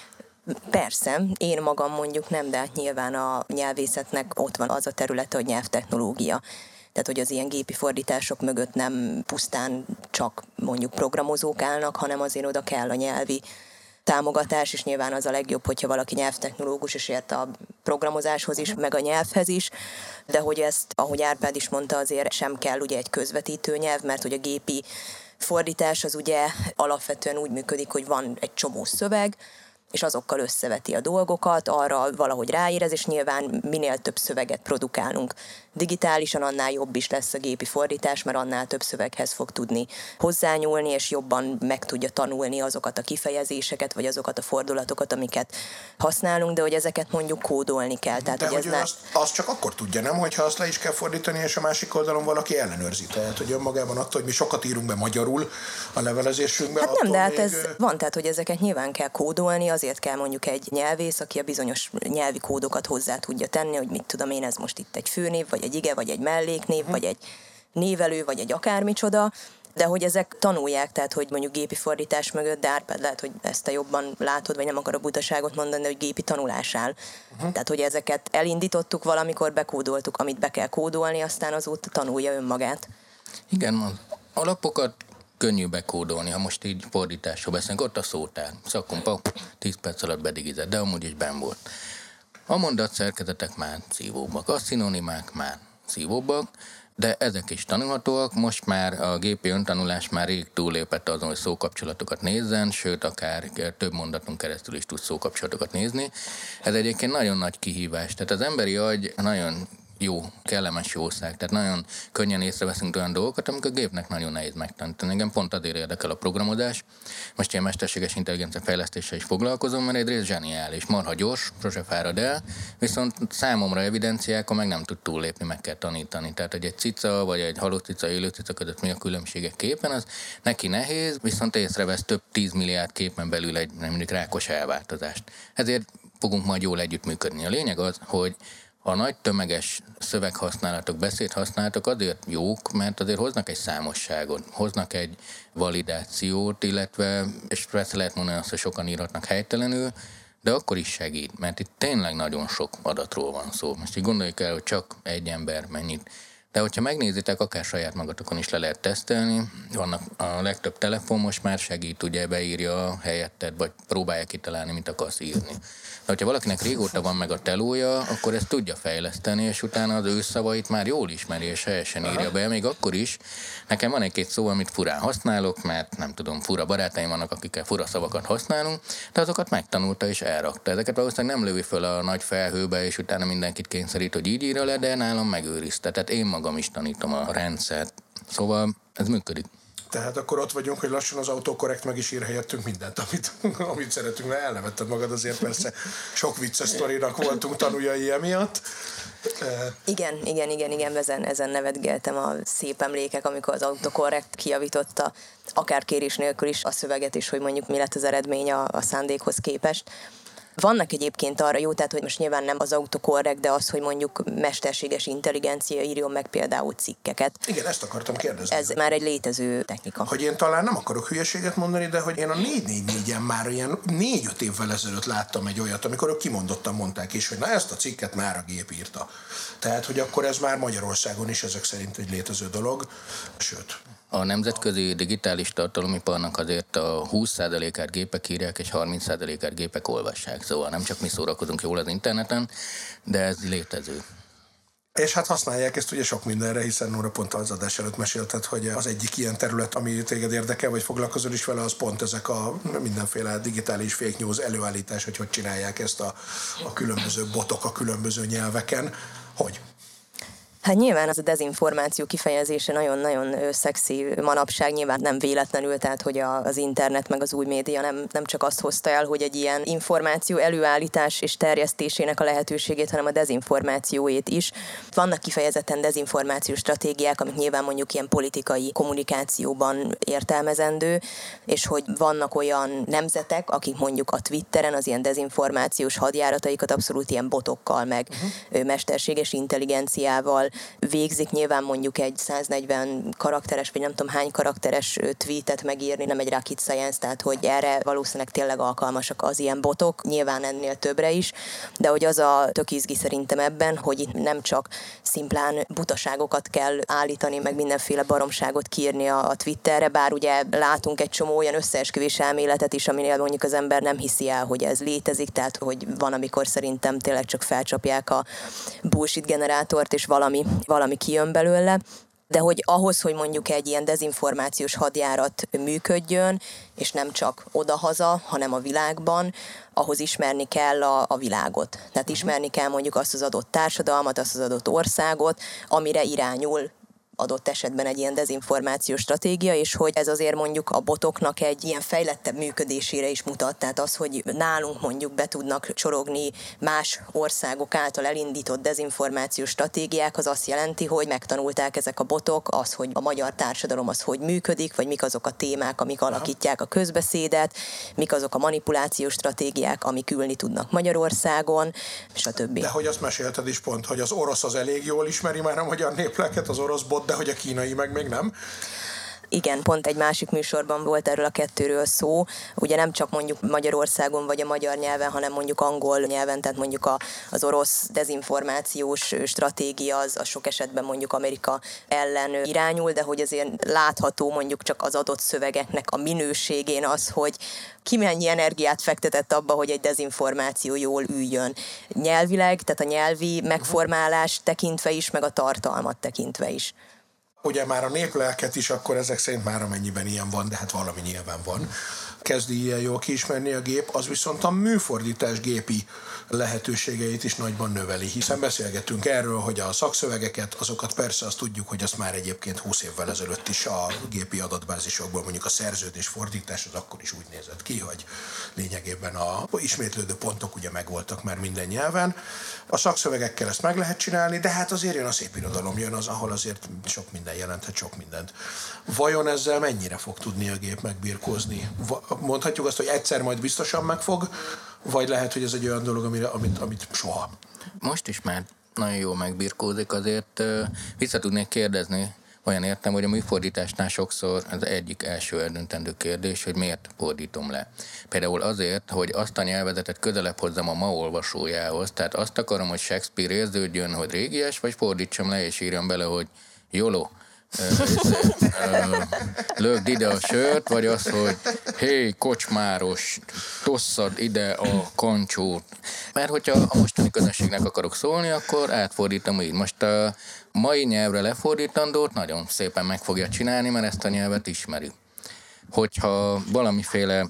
Persze, én magam mondjuk nem, de hát nyilván a nyelvészetnek ott van az a területe, hogy nyelvtechnológia. Tehát, hogy az ilyen gépi fordítások mögött nem pusztán csak mondjuk programozók állnak, hanem azért oda kell a nyelvi támogatás, és nyilván az a legjobb, hogyha valaki nyelvtechnológus és ért a programozáshoz is, meg a nyelvhez is, de hogy ezt, ahogy Árpád is mondta, azért sem kell ugye egy közvetítő nyelv, mert hogy a gépi fordítás az ugye alapvetően úgy működik, hogy van egy csomó szöveg, és azokkal összeveti a dolgokat, arra valahogy ráérez, és nyilván minél több szöveget produkálunk digitálisan, annál jobb is lesz a gépi fordítás, mert annál több szöveghez fog tudni hozzányúlni, és jobban meg tudja tanulni azokat a kifejezéseket, vagy azokat a fordulatokat, amiket használunk, de hogy ezeket mondjuk kódolni kell. Tehát, de hogy azt csak akkor tudja, nem? Hogyha azt le is kell fordítani, és a másik oldalon valaki ellenőrzi. Tehát, hogy önmagában attól, hogy mi sokat írunk be magyarul a levelezésünkben. Hát nem, de hát ez van, tehát, hogy ezeket nyilván kell kódolni, azért kell mondjuk egy nyelvész, aki a bizonyos nyelvi kódokat hozzá tudja tenni, hogy mit tudom én, ez most itt egy főnév, vagy egy ige, vagy egy melléknév, vagy egy névelő, vagy egy akármicsoda, de hogy ezek tanulják, tehát hogy mondjuk gépi fordítás mögött, de Árpád lehet, hogy ezt te jobban látod, vagy nem akarok butaságot mondani, hogy gépi tanulás áll. Tehát, hogy ezeket elindítottuk valamikor, bekódoltuk, amit be kell kódolni, aztán azóta tanulja önmagát. Igen, az alapokat könnyű bekódolni, ha most így fordításról beszélünk, ott a szótár. Szakon, 10 perc alatt bedigizett, de amúgy is benn volt. A mondatszerkezetek már szívóbbak, a szinonimák már szívóbbak, de ezek is tanulhatóak. Most már a gépi öntanulás már rég túllépett azon, hogy szókapcsolatokat nézzen, sőt, akár több mondaton keresztül is tud szókapcsolatokat nézni. Ez egyébként nagyon nagy kihívás. Tehát az emberi agy nagyon jó, kellemes jószág. Tehát nagyon könnyen észreveszünk olyan dolgokat, amik a gépnek nagyon nehéz megtanítani. Engem pont azért érdekel a programozás. Most ilyen mesterséges intelligencia fejlesztéssel is foglalkozom, mert egyrészt zseniális, marha gyors, sose fárad el, viszont számomra evidenciákon meg nem tud túllépni, meg kell tanítani. Tehát, hogy egy cica, vagy egy halott cica, élő cica között mi a különbségek képen, az neki nehéz, viszont észrevesz több 10 milliárd képen belül egy mondjuk rákos elváltozást. Ezért fogunk majd jól együttműködni. A lényeg az, hogy a nagy tömeges szöveghasználatok, beszédhasználatok azért jók, mert azért hoznak egy számosságot, hoznak egy validációt, illetve, és persze lehet mondani azt, hogy sokan írhatnak helytelenül, de akkor is segít, mert itt tényleg nagyon sok adatról van szó. Most így gondoljuk el, hogy csak egy ember mennyit. De hogyha megnézitek, akár saját magatokon is le lehet tesztelni, vannak a legtöbb telefon most már segít, ugye beírja helyetted, vagy próbálja kitalálni, mit akarsz írni. De hogyha valakinek régóta van meg a telója, akkor ezt tudja fejleszteni, és utána az ő szavait már jól ismeri, és helyesen írja be, még akkor is. Nekem van egy-két szó, amit furán használok, mert nem tudom, fura barátaim vannak, akikkel fura szavakat használunk, de azokat megtanulta és elrakta. Ezeket valószínűleg nem lövi föl a nagy felhőbe, és utána mindenkit kényszerít, hogy így írja le, de nálam megőrizte. Tehát én magam is tanítom a rendszert. Szóval ez működik. Tehát akkor ott vagyunk, hogy lassan az autokorrekt meg is ír helyettünk mindent, amit szeretünk, mert elnevetted magad, azért persze sok vicces sztorinak voltunk tanuljai emiatt. Igen, ezen nevetgéltem a szép emlékek, amikor az autokorrekt kijavította, akár kérés nélkül is a szöveget is, hogy mondjuk mi lett az eredmény a szándékhoz képest. Vannak egyébként arra jó, tehát hogy most nyilván nem az autokorrekt, de az, hogy mondjuk mesterséges intelligencia írjon meg például cikkeket. Igen, ezt akartam kérdezni. Ez már egy létező technika. Hogy én talán nem akarok hülyeséget mondani, de hogy én a 444-en már ilyen 4-5 évvel ezelőtt láttam egy olyat, amikor ők kimondottan mondták is, hogy na ezt a cikket már a gép írta. Tehát, hogy akkor ez már Magyarországon is ezek szerint egy létező dolog, sőt. A nemzetközi digitális tartalomiparnak azért a 20%-át gépek írják, és 30%-át gépek olvassák. Szóval nem csak mi szórakozunk jól az interneten, de ez létező. És hát használják ezt ugye sok mindenre, hiszen Nóra pont az adás előtt mesélted, hogy az egyik ilyen terület, ami téged érdekel, vagy foglalkozol is vele, az pont ezek a mindenféle digitális fake news előállítás, hogy csinálják ezt a különböző botok a különböző nyelveken. Hogy? Hát nyilván az a dezinformáció kifejezése nagyon-nagyon szexi manapság, nyilván nem véletlenül, tehát hogy az internet meg az új média nem csak azt hozta el, hogy egy ilyen információ előállítás és terjesztésének a lehetőségét, hanem a dezinformációét is. Vannak kifejezetten dezinformációs stratégiák, amik nyilván mondjuk ilyen politikai kommunikációban értelmezendő, és hogy vannak olyan nemzetek, akik mondjuk a Twitteren az ilyen dezinformációs hadjárataikat abszolút ilyen botokkal, meg mesterséges intelligenciával végzik. Nyilván mondjuk egy 140 karakteres, vagy nem tudom hány karakteres tweetet megírni, nem egy rocket science, tehát hogy erre valószínűleg tényleg alkalmasak az ilyen botok, nyilván ennél többre is, de hogy az a tök izgi szerintem ebben, hogy itt nem csak szimplán butaságokat kell állítani, meg mindenféle baromságot kiírni a Twitterre, bár ugye látunk egy csomó olyan összeesküvés elméletet is, aminél mondjuk az ember nem hiszi el, hogy ez létezik, tehát hogy van, amikor szerintem tényleg csak felcsapják a bullshit generátort, és valami kijön belőle, de hogy ahhoz, hogy mondjuk egy ilyen dezinformációs hadjárat működjön, és nem csak odahaza, hanem a világban, ahhoz ismerni kell a világot. Tehát ismerni kell mondjuk azt az adott társadalmat, azt az adott országot, amire irányul adott esetben egy ilyen dezinformációs stratégia, és hogy ez azért mondjuk a botoknak egy ilyen fejlettebb működésére is mutat. Tehát az, hogy nálunk mondjuk be tudnak csorogni más országok által elindított dezinformációs stratégiák, az azt jelenti, hogy megtanulták ezek a botok az, hogy a magyar társadalom az hogy működik, vagy mik azok a témák, amik alakítják a közbeszédet, mik azok a manipulációs stratégiák, amik ülni tudnak Magyarországon, stb. De hogy azt mesélted is pont, hogy az orosz az elég jól ismeri már a magyar néplelket, az orosz bot, de hogy a kínai meg még nem. Igen, pont egy másik műsorban volt erről a kettőről szó. Ugye nem csak mondjuk Magyarországon vagy a magyar nyelven, hanem mondjuk angol nyelven, tehát mondjuk az orosz dezinformációs stratégia az sok esetben mondjuk Amerika ellen irányul, de hogy azért látható mondjuk csak az adott szövegeknek a minőségén az, hogy ki mennyi energiát fektetett abba, hogy egy dezinformáció jól üljön. Nyelvileg, tehát a nyelvi megformálás tekintve is, meg a tartalmat tekintve is. Ugye már a néplelket is akkor ezek szerint már amennyiben ilyen van, de hát valami nyilván van. Kezdi ilyen jól kiismerni a gép, az viszont a műfordítás gépi lehetőségeit is nagyban növeli, hiszen beszélgetünk erről, hogy a szakszövegeket, azokat persze azt tudjuk, hogy azt már egyébként 20 évvel ezelőtt is a gépi adatbázisokból, mondjuk a szerződés fordítás az akkor is úgy nézett ki, hogy lényegében a ismétlődő pontok ugye megvoltak már minden nyelven. A szakszövegekkel ezt meg lehet csinálni, de hát azért jön a szépirodalom, jön az, ahol azért sok minden jelenthet sok mindent. Vajon ezzel mennyire fog tudni a gép megbirkózni? Mondhatjuk azt, hogy egyszer majd biztosan megfog, vagy lehet, hogy ez egy olyan dolog, amit soha. Most is már nagyon jól megbirkózik, azért vissza tudnék kérdezni, olyan értem, hogy a műfordításnál sokszor az egyik első eldöntendő kérdés, hogy miért fordítom le. Például azért, hogy azt a nyelvezetet közelebb hozzam a ma olvasójához, tehát azt akarom, hogy Shakespeare érződjön, hogy régies, vagy fordítsam le és írjam bele, hogy jóló. Lögd ide a sört, vagy az, hogy hé, kocsmáros, tosszad ide a kancsót. Mert hogyha a mostani közönségnek akarok szólni, akkor átfordítom így. Most a mai nyelvre lefordítandót nagyon szépen meg fogja csinálni, mert ezt a nyelvet ismeri. Hogyha valamiféle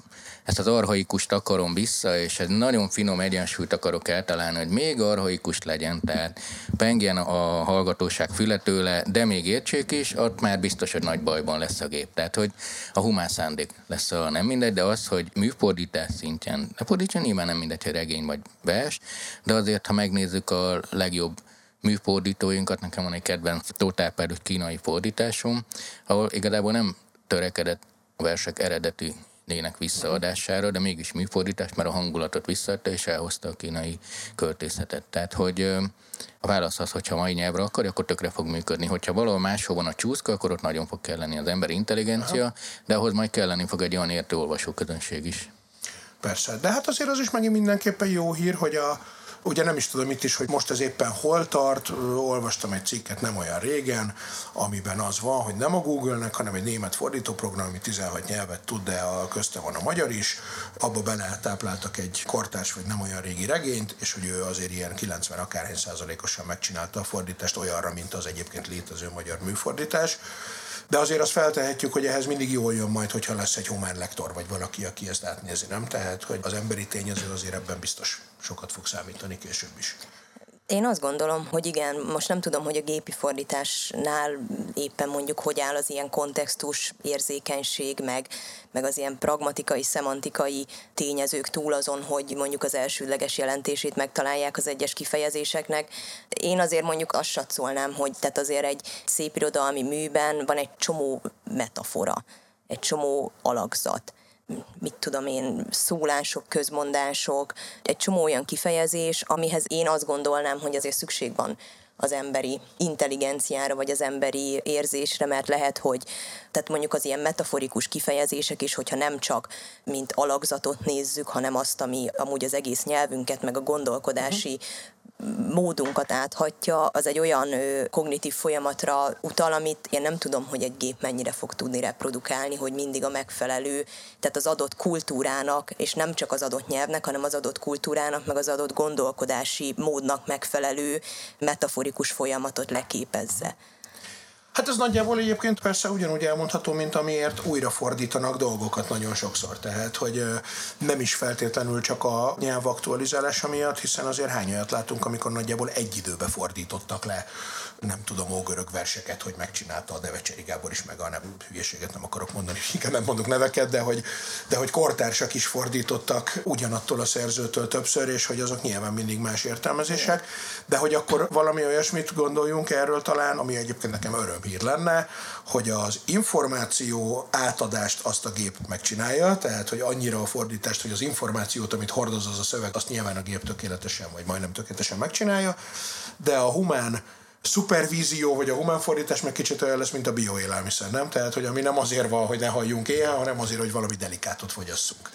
ezt az archaikust akarom vissza, és egy nagyon finom egyensúlyt akarok eltalálni, hogy még archaikus legyen, tehát pengjen a hallgatóság füle tőle, de még értsék is, ott már biztos, hogy nagy bajban lesz a gép. Tehát, hogy a humán szándék lesz a nem mindegy, de az, hogy műfordítás szintjén, a fordítás nyilván nem mindegy, hogy regény vagy vers, de azért, ha megnézzük a legjobb műfordítóinkat, nekem van egy kedvenc Tóth Árpád kínai fordításom, ahol igazából nem törekedett a versek eredetinének visszaadására, de mégis műfordítás, mert a hangulatot visszaadta, és elhozta a kínai költészetet. Tehát, hogy a válasz az, hogyha mai nyelvre akar, akkor tökre fog működni. Hogyha valahol máshol van a csúszka, akkor ott nagyon fog kelleni az emberi intelligencia, de ahhoz majd kelleni fog egy olyan értő olvasó közönség is. Persze, de hát azért az is megint mindenképpen jó hír, hogy ugye nem is tudom itt is, hogy most ez éppen hol tart, olvastam egy cikket nem olyan régen, amiben az van, hogy nem a Google-nek, hanem egy német fordítóprogram, ami 16 nyelvet tud, de közte van a magyar is, abba beletápláltak egy kortárs vagy nem olyan régi regényt, és hogy ő azért ilyen 90 akárhány százalékosan megcsinálta a fordítást olyanra, mint az egyébként létező magyar műfordítás. De azért azt feltehetjük, hogy ehhez mindig jól jön majd, hogyha lesz egy humán lektor, vagy valaki, aki ezt átnézi, nem? Tehát, hogy az emberi tényező azért ebben biztos sokat fog számítani később is. Én azt gondolom, hogy igen, most nem tudom, hogy a gépi fordításnál éppen mondjuk hogy áll az ilyen kontextus, érzékenység, meg az ilyen pragmatikai, szemantikai tényezők túl azon, hogy mondjuk az elsődleges jelentését megtalálják az egyes kifejezéseknek. Én azért mondjuk azt satszolnám, hogy tehát azért egy szépirodalmi műben van egy csomó metafora, egy csomó alakzat. Mit tudom én, szólások, közmondások, egy csomó olyan kifejezés, amihez én azt gondolnám, hogy azért szükség van az emberi intelligenciára, vagy az emberi érzésre, mert lehet, hogy tehát mondjuk az ilyen metaforikus kifejezések is, hogyha nem csak mint alakzatot nézzük, hanem azt, ami amúgy az egész nyelvünket, meg a gondolkodási módunkat áthatja, az egy olyan kognitív folyamatra utal, amit én nem tudom, hogy egy gép mennyire fog tudni reprodukálni, hogy mindig a megfelelő, tehát az adott kultúrának, és nem csak az adott nyelvnek, hanem az adott kultúrának, meg az adott gondolkodási módnak megfelelő metaforikus folyamatot leképezze. Hát ez nagyjából egyébként persze ugyanúgy elmondható, mint amiért újra fordítanak dolgokat nagyon sokszor. Tehát, hogy nem is feltétlenül csak a nyelv aktualizálása miatt, hiszen azért hány olyat látunk, amikor nagyjából egy időbe fordítottak le, nem tudom, ógörög verseket, hogy megcsinálta a Devecseri Gábor is, meg a nem, hülyeséget nem akarok mondani, inkább nem mondok neveket, de hogy kortársak is fordítottak ugyanattól a szerzőtől többször, és hogy azok nyilván mindig más értelmezések, de hogy akkor valami olyasmit gondoljunk erről talán, ami egyébként nekem örömhír lenne, hogy az információ átadást azt a gép megcsinálja, tehát hogy annyira a fordítást, hogy az információt, amit hordoz az a szöveg, azt nyilván a gép tökéletesen, vagy majdnem tökéletesen megcsinálja, de a humán szupervízió, vagy a humán fordítás meg kicsit olyan lesz, mint a bioélelmiszer, nem? Tehát, hogy ami nem azért van, hogy ne halljunk éhen, hanem azért, hogy valami delikátot fogyasszunk.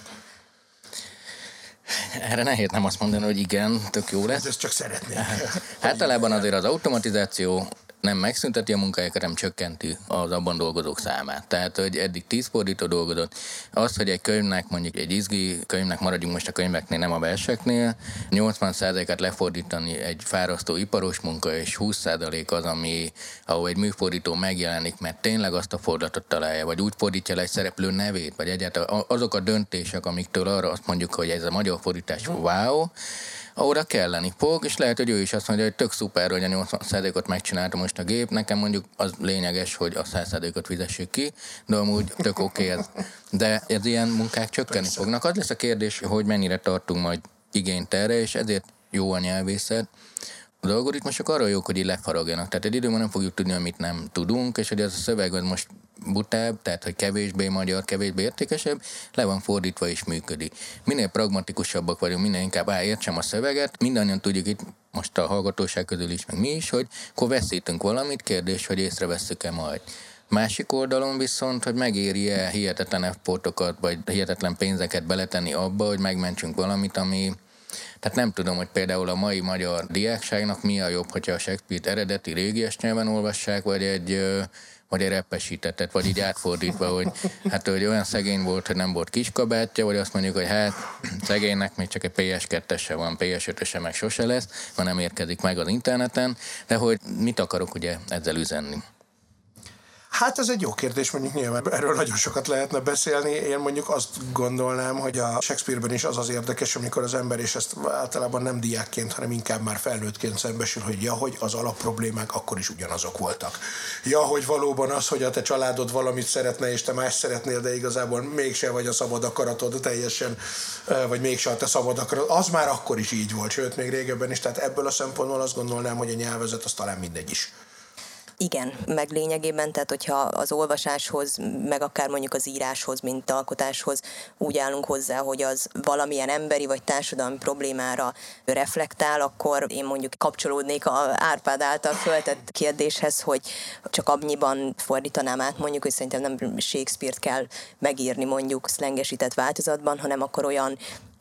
Erre nehéz nem azt mondani, hogy igen, tök jó lesz. Ezt csak szeretném. Általában azért az automatizáció nem megszünteti a munkájukat, nem csökkenti az abban dolgozók számát. Tehát, hogy eddig 10 fordító dolgozott, az, hogy egy könyvnek, mondjuk egy izgi könyvnek, maradjunk most a könyveknél, nem a verseknél, 80%-át lefordítani egy fárasztó iparos munka, és 20% az, ahol egy műfordító megjelenik, mert tényleg azt a fordulatot találja, vagy úgy fordítja le egy szereplő nevét, vagy egyáltalán azok a döntések, amiktől arra azt mondjuk, hogy ez a magyar fordítás wow, ahora kelleni fog, és lehet, hogy ő is azt mondja, hogy tök szuper, hogy a 80%-ot megcsinálta most a gép, nekem mondjuk az lényeges, hogy a 100%-ot fizessék ki, de amúgy tök oké ez. De ez ilyen munkák csökkenni fognak. Az lesz a kérdés, hogy mennyire tartunk majd igényt erre, és ezért jó a nyelvészet. Az algoritmusok arra jók, hogy így lefaragjanak. Tehát egy időben nem fogjuk tudni, amit nem tudunk, és hogy ez a szöveg az most butább, tehát hogy kevésbé magyar, kevésbé értékesebb, le van fordítva és működik. Minél pragmatikusabbak vagyunk, minél inkább értsem a szöveget, mindannyian tudjuk itt most a hallgatóság közül is, meg mi is, hogy akkor veszítünk valamit, kérdés, hogy észrevesszük-e majd. Másik oldalon viszont, hogy megéri-e hihetetlen effortokat, vagy hihetetlen pénzeket beletenni abba, hogy megmentsünk valamit, ami... Tehát nem tudom, hogy például a mai magyar diákságnak mi a jobb, hogyha a Shakespeare-t eredeti régies nyelven olvassák, vagy egy reppesítettet, vagy így átfordítva, hogy hát hogy olyan szegény volt, hogy nem volt kiskabátja, vagy azt mondjuk, hogy hát szegénynek még csak egy PS2-ese van, PS5-ese meg sose lesz, mert nem érkezik meg az interneten, de hogy mit akarok ugye ezzel üzenni? Hát ez egy jó kérdés, mondjuk nyilván erről nagyon sokat lehetne beszélni. Én mondjuk azt gondolnám, hogy a Shakespeare-ben is az érdekes, amikor az ember, és ezt általában nem diákként, hanem inkább már felnőttként szembesül, hogy az alapproblémák akkor is ugyanazok voltak. Hogy valóban az, hogy a te családod valamit szeretne, és te más szeretnél, de igazából mégse vagy a szabad akaratod teljesen, vagy mégse a te szabad akaratod, az már akkor is így volt, sőt, még régebben is. Tehát ebből a szempontból azt gondolnám, hogy a nyelvezet az talán mindegy is. Igen, meg lényegében, tehát hogyha az olvasáshoz, meg akár mondjuk az íráshoz, mint alkotáshoz úgy állunk hozzá, hogy az valamilyen emberi vagy társadalmi problémára reflektál, akkor én mondjuk kapcsolódnék a Árpád által föltett kérdéshez, hogy csak annyiban fordítanám át mondjuk, hogy szerintem nem Shakespeare-t kell megírni mondjuk szlengesített változatban, hanem akkor olyan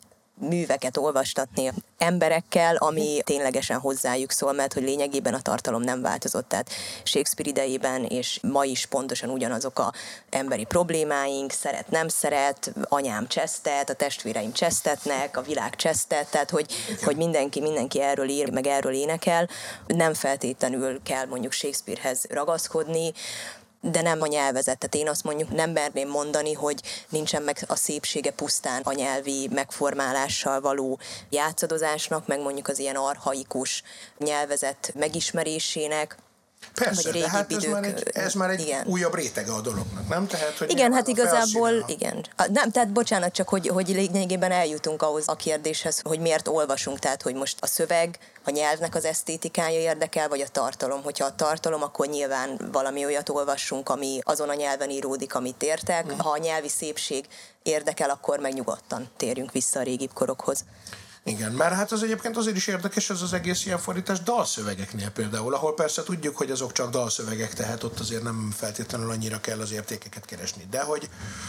műveket olvastatni emberekkel, ami ténylegesen hozzájuk szól, mert hogy lényegében a tartalom nem változott. Tehát Shakespeare idejében és ma is pontosan ugyanazok a emberi problémáink, szeret, nem szeret, anyám csesztet, a testvéreim csesztetnek, a világ csesztet, tehát hogy mindenki erről ír, meg erről énekel. Nem feltétlenül kell mondjuk Shakespearehez ragaszkodni, de nem a nyelvezet. Tehát én azt mondjuk nem merném mondani, hogy nincsen meg a szépsége pusztán a nyelvi megformálással való játszadozásnak, meg mondjuk az ilyen archaikus nyelvezet megismerésének. Persze, de hát ez már egy újabb rétege a dolognak, nem? Tehát, hogy igen, hát igazából, igen. Nem, tehát bocsánat, csak hogy lényegében eljutunk ahhoz a kérdéshez, hogy miért olvasunk, tehát hogy most a szöveg, a nyelvnek az esztétikája érdekel, vagy a tartalom. Hogyha a tartalom, akkor nyilván valami olyat olvassunk, ami azon a nyelven íródik, amit értek. Ha a nyelvi szépség érdekel, akkor meg nyugodtan térjünk vissza a régibb korokhoz. Igen, mert hát az egyébként azért is érdekes ez az egész ilyen fordítás dalszövegeknél például, ahol persze tudjuk, hogy azok csak dalszövegek, tehát ott azért nem feltétlenül annyira kell az értékeket keresni. De hogy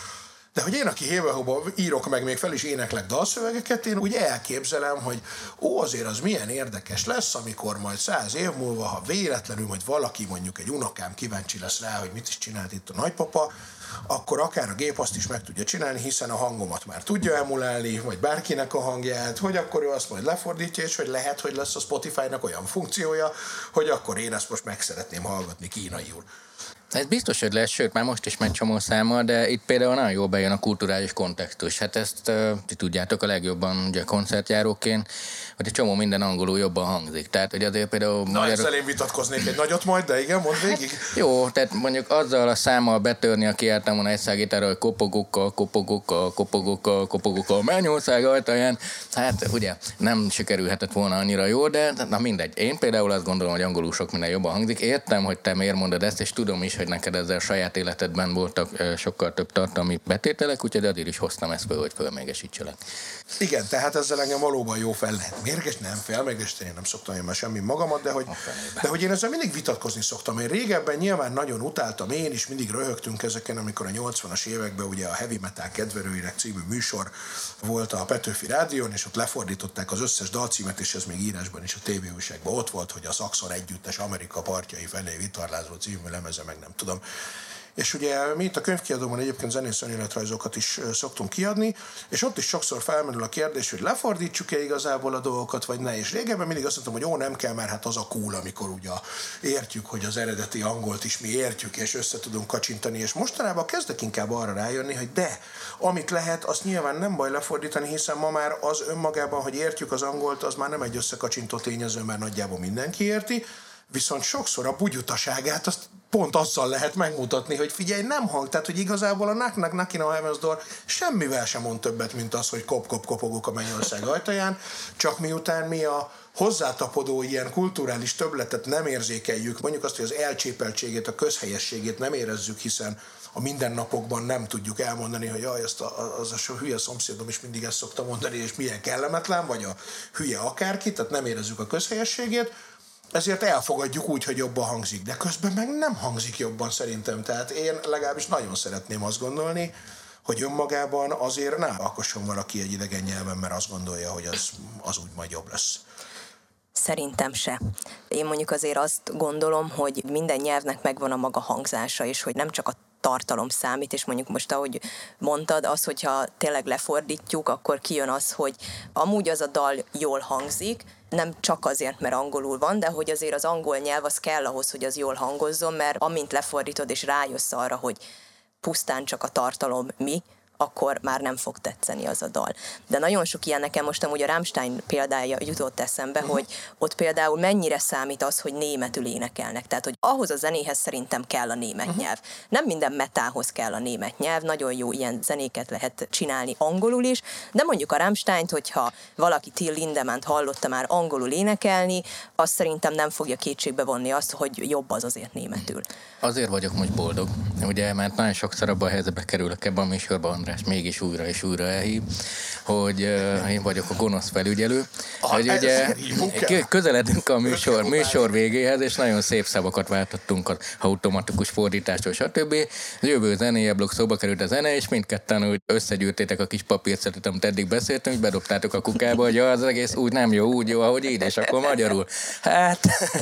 én, aki hébe-hóba írok, meg még fel is éneklek dalszövegeket, én úgy elképzelem, hogy azért az milyen érdekes lesz, amikor majd 100 év múlva, ha véletlenül majd valaki, mondjuk egy unokám kíváncsi lesz rá, hogy mit is csinált itt a nagypapa, akkor akár a gép azt is meg tudja csinálni, hiszen a hangomat már tudja emulálni, vagy bárkinek a hangját, hogy akkor ő azt majd lefordítja, és hogy lehet, hogy lesz a Spotify-nak olyan funkciója, hogy akkor én ezt most meg szeretném hallgatni kínaiul. Ez biztos, hogy lesz, sőt, már most is megy csomó számmal, de itt például nagyon jól bejön a kulturális kontextus. Hát ezt ti tudjátok a legjobban, ugye koncertjáróként, hogy egy csomó minden angolul jobban hangzik. Tehát, hogy azért például... Ezzel én vitatkoznék egy nagyot majd, de igen, mondd végig. Jó, tehát mondjuk azzal a számmal betörni, aki értem volna egy szágítára, hogy kopogukkal, Mennyország ajtaján, hát ugye nem sikerülhetett volna annyira jó, de na mindegy. Én például azt gondolom, hogy angolul sok minden jobban hangzik. Értem, hogy te miért mondod ezt, és tudom is, hogy neked ezzel a saját életedben voltak sokkal több tartalmi betételek, úgyhogy azért is hoztam ezt föl, hogy fölmérgesítselek. Igen, tehát ezzel engem valóban jó fel lehet mérges, nem felmérgesíteni, én nem szoktam én már semmi magamat, de hogy én ezzel mindig vitatkozni szoktam. Én régebben nyilván nagyon utáltam, én is mindig röhögtünk ezeken, amikor a 80-as években ugye a Heavy Metal kedvelőinek című műsor volt a Petőfi Rádión, és ott lefordították az összes dalcímet, és ez még írásban is a tévéújságban ott volt, hogy a Saxon együttes Amerika partjai felé vitorlázó című lemeze, meg nem tudom. És ugye mi itt a könyvkiadóban egyébként zenész önéletrajzokat is szoktunk kiadni, és ott is sokszor felmerül a kérdés, hogy lefordítsuk-e igazából a dolgokat, vagy ne. És régebben mindig azt mondtam, hogy nem kell, mert hát az a cool, amikor ugye értjük, hogy az eredeti angolt is mi értjük, és össze tudunk kacsintani, és mostanában kezdek inkább arra rájönni, hogy de, amit lehet, azt nyilván nem baj lefordítani, hiszen ma már az önmagában, hogy értjük az angolt, az már nem egy összekacsintó tényező, mert nagyjából mindenki érti, viszont sokszor a bugyutaságát azt pont azzal lehet megmutatni, hogy figyelj, nem hang, tehát hogy igazából a Knock in a Heaven's Door semmivel sem mond többet, mint az, hogy kopogok a Mennyország ajtaján, csak miután mi a hozzátapodó ilyen kulturális többletet nem érzékeljük, mondjuk azt, hogy az elcsépeltségét, a közhelyességét nem érezzük, hiszen a mindennapokban nem tudjuk elmondani, hogy jaj, az a hülye szomszédom is mindig ezt szokta mondani, és milyen kellemetlen, vagy a hülye akárki, tehát nem érezzük a közhelyességét, ezért elfogadjuk úgy, hogy jobban hangzik, de közben meg nem hangzik jobban szerintem. Tehát én legalábbis nagyon szeretném azt gondolni, hogy önmagában azért ne alkosson valaki egy idegen nyelven, mert azt gondolja, hogy az úgy majd jobb lesz. Szerintem se. Én mondjuk azért azt gondolom, hogy minden nyelvnek megvan a maga hangzása, és hogy nem csak a tartalom számít, és mondjuk most, ahogy mondtad, az, hogyha tényleg lefordítjuk, akkor kijön az, hogy amúgy az a dal jól hangzik, nem csak azért, mert angolul van, de hogy azért az angol nyelv az kell ahhoz, hogy az jól hangozzon, mert amint lefordítod és rájössz arra, hogy pusztán csak a tartalom mi, akkor már nem fog tetszeni az a dal. De nagyon sok ilyen nekem most amúgy a Rammstein példája jutott eszembe, hogy ott például mennyire számít az, hogy németül énekelnek. Tehát, hogy ahhoz a zenéhez szerintem kell a német nyelv. Nem minden metához kell a német nyelv, nagyon jó ilyen zenéket lehet csinálni angolul is, de mondjuk a Rammsteint, hogyha valaki Till Lindemann-t hallotta már angolul énekelni, az szerintem nem fogja kétségbe vonni azt, hogy jobb az azért németül. Azért vagyok most boldog, ugye, mert nagyon sokszor abban a helyzetbe kerülök ebben a műsorban, András mégis újra és újra elhív, hogy én vagyok a gonosz felügyelő. Hogy ugye közeledünk a műsor végéhez, és nagyon szép szavakat váltottunk az automatikus fordításról, stb. Jövő zenéje blokk, szóba került a zene, és mindketten úgy összegyűjtétek a kis papírcetet, amit eddig beszéltünk, bedobtátok a kukába, hogy az egész úgy nem jó, úgy jó, ahogy így, és akkor magyarul. Hát...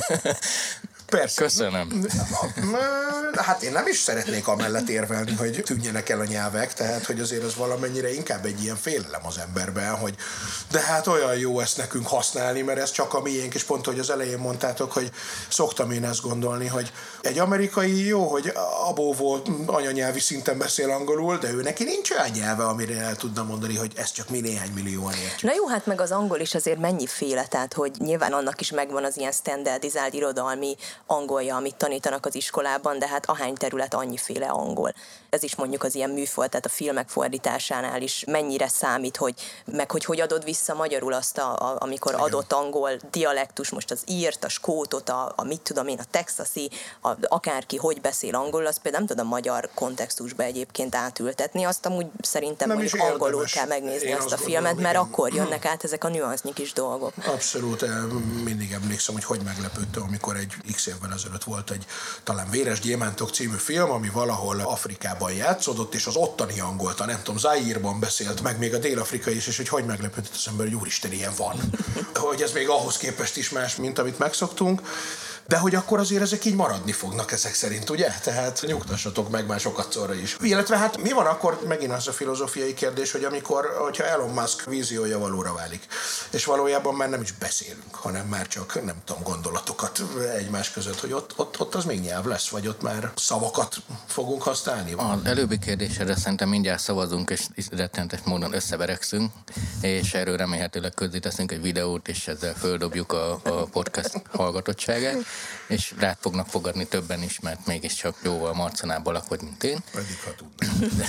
Persze. Köszönöm. Hát én nem is szeretnék amellett érvelni, hogy tűnjenek el a nyelvek, tehát hogy azért ez valamennyire inkább egy ilyen félelem az emberben, hogy de hát olyan jó ezt nekünk használni, mert ez csak a miénk, és pont, hogy az elején mondtátok, hogy szoktam én ezt gondolni, hogy egy amerikai jó, hogy abóvó anyanyelvi szinten beszél angolul, de ő neki nincs olyan nyelve, amire el tudna mondani, hogy ezt csak mi néhány millióan értjük. Na jó, hát meg az angol is azért mennyiféle, tehát hogy nyilván annak is megvan az ilyen standardizált irodalmi angolja, amit tanítanak az iskolában, de hát ahány terület annyiféle angol. Ez is mondjuk az ilyen műfaj, tehát a filmek fordításánál is mennyire számít, hogy adod vissza magyarul azt, amikor adott angol dialektus, most az írt, a skótot, a mit tudom én, a texasi, akárki hogy beszél angolul, azt például nem tudom magyar kontextusba egyébként átültetni, azt amúgy szerintem nem mondjuk angolul kell megnézni azt a filmet, mert akkor jönnek át ezek a nüansznyi kis dolgok. Abszolút, mindig emlékszem, hogy meglepődtem, amikor egy x évvel ezelőtt volt egy talán Véres Gyémántok című film, ami valahol Afrikában játszódott, és az ottani angolt, nem tudom, Zaírban beszélt, meg még a dél-afrikai is, és hogy meglepődött az ember, hogy úristen, ilyen van. Hogy ez még ahhoz képest is más, mint amit megszoktunk. De hogy akkor azért ezek így maradni fognak ezek szerint, ugye? Tehát nyugtassatok meg már sokatszorra is. Illetve hát mi van akkor, megint az a filozófiai kérdés, hogy hogyha Elon Musk víziója valóra válik, és valójában már nem is beszélünk, hanem már csak, nem tudom, gondolatokat egymás között, hogy ott az még nyelv lesz, vagy ott már szavakat fogunk használni? Az előbbi kérdésedre szerintem mindjárt szavazunk, és rettenetes módon összeverekszünk, és erről remélhetőleg közzéteszünk egy videót, és ezzel földobjuk a podcast hallgatottságát, és rád fognak fogadni többen is, mert mégiscsak jóval marcanább lakod, mint én. Eddig, ha tudnám.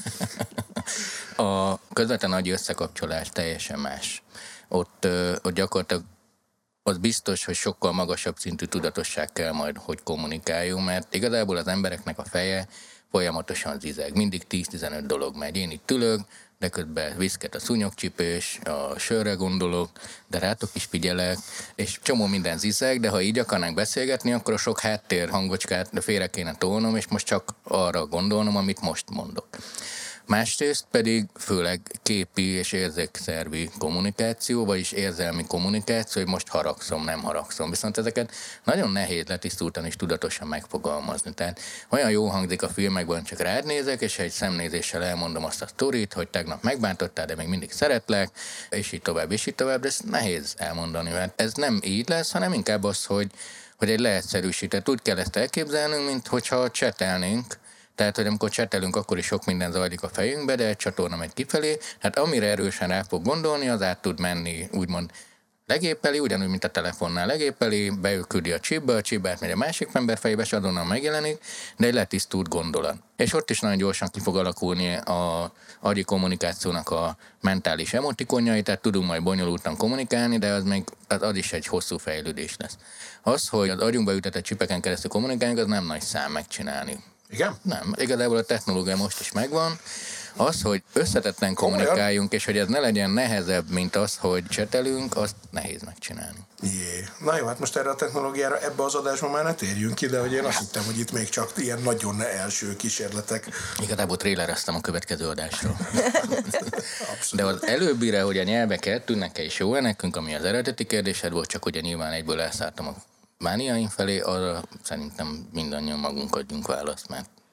A közvetlen agyi összekapcsolás teljesen más. Ott gyakorlatilag az biztos, hogy sokkal magasabb szintű tudatosság kell majd, hogy kommunikáljunk, mert igazából az embereknek a feje folyamatosan zizeg. Mindig 10-15 dolog megy. Én itt ülök, de közben viszket a szúnyogcsipés, a sörre gondolok, de rátok is figyelek, és csomó minden zizeg, de ha így akarnánk beszélgetni, akkor a sok háttér hangocskát félre kéne tolnom, és most csak arra gondolnom, amit most mondok. Másrészt pedig főleg képi és érzékszervi kommunikáció, vagyis érzelmi kommunikáció, hogy most haragszom, nem haragszom. Viszont ezeket nagyon nehéz letisztultan és tudatosan megfogalmazni. Tehát olyan jó hangzik a filmekben, csak rád nézek, és egy szemnézéssel elmondom azt a sztorit, hogy tegnap megbántottál, de még mindig szeretlek, és így tovább, de ezt nehéz elmondani. Mert ez nem így lesz, hanem inkább az, hogy egy leegyszerűsített. Úgy kell ezt elképzelnünk, mint hogyha csetelnénk. Tehát, hogy amikor csetelünk, akkor is sok minden zajlik a fejünkbe, de egy csatorna megy kifelé. Hát amire erősen rá fog gondolni, az át tud menni, úgymond legépeli, ugyanúgy, mint a telefonnál legépeli, beülküli a csipbe, a csipbe átmegy a másik ember fejébe, és azonnal megjelenik, de egy letisztult gondolat. És ott is nagyon gyorsan ki fog alakulni a agyi kommunikációnak a mentális emotikonjai, tehát tudunk majd bonyolultan kommunikálni, de az is egy hosszú fejlődés lesz. Az, hogy az agyunkba ütetett csipeken keresztül kommunikálunk, az nem nagy szám megcsinálni. Igen? Nem, igazából a technológia most is megvan. Az, hogy összetetten kommunikáljunk, és hogy ez ne legyen nehezebb, mint az, hogy csetelünk, azt nehéz megcsinálni. Jé. Na jó, hát most erre a technológiára ebbe az adásban már ne térjünk ki, de hogy én azt hittem, hogy itt még csak ilyen nagyon első kísérletek. Igazából trélereztem a következő adásról. De az előbbire, hogy a nyelvek eltűnnek-e és jó nekünk, ami az eredeti kérdésed volt, csak ugye nyilván egyből elszálltam a mániaim felé, arra szerintem mindannyian magunk adjunk választ, mert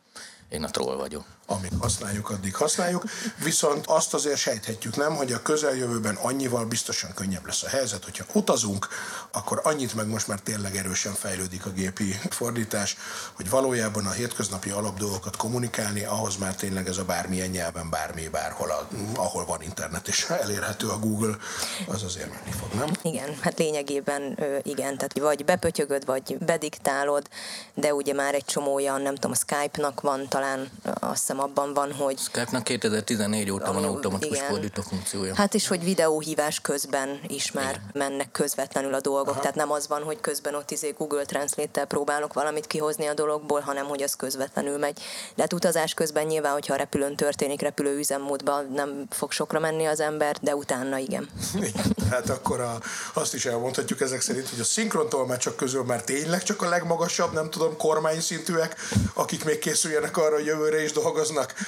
én a troll vagyok. Amíg használjuk, addig használjuk. Viszont azt azért sejthetjük, nem, hogy a közeljövőben annyival biztosan könnyebb lesz a helyzet, hogyha utazunk, akkor annyit meg most már tényleg erősen fejlődik a gépi fordítás, hogy valójában a hétköznapi alapdolgokat kommunikálni, ahhoz már tényleg ez a bármilyen nyelven, bárhol, ahol van internet és elérhető a Google, az azért menni fog, nem? Igen, hát lényegében igen, tehát vagy bepötyögöd, vagy bediktálod, de ugye már egy csomó olyan, nem tudom, a Skype-nak van talán, azt hiszem abban van, hogy... Skype-nak 2014 óta van automatikus fordító funkciója. Hát és hogy videóhívás közben is már mennek közvetlenül a dolgok, tehát nem az van, hogy közben ott Google Translate-tel próbálok valamit kihozni a dologból, hanem hogy az közvetlenül megy. De hát utazás közben nyilván, hogyha a repülőn történik, repülő üzemmódban nem fog sokra menni az ember, de utána igen. Hát akkor azt is elmondhatjuk ezek szerint, hogy a szinkrontolmácsok közül már tényleg csak a legmagasabb, nem tudom, kormányszintűek, akik még készüljenek arra, hogy jövőre is dolgoznak.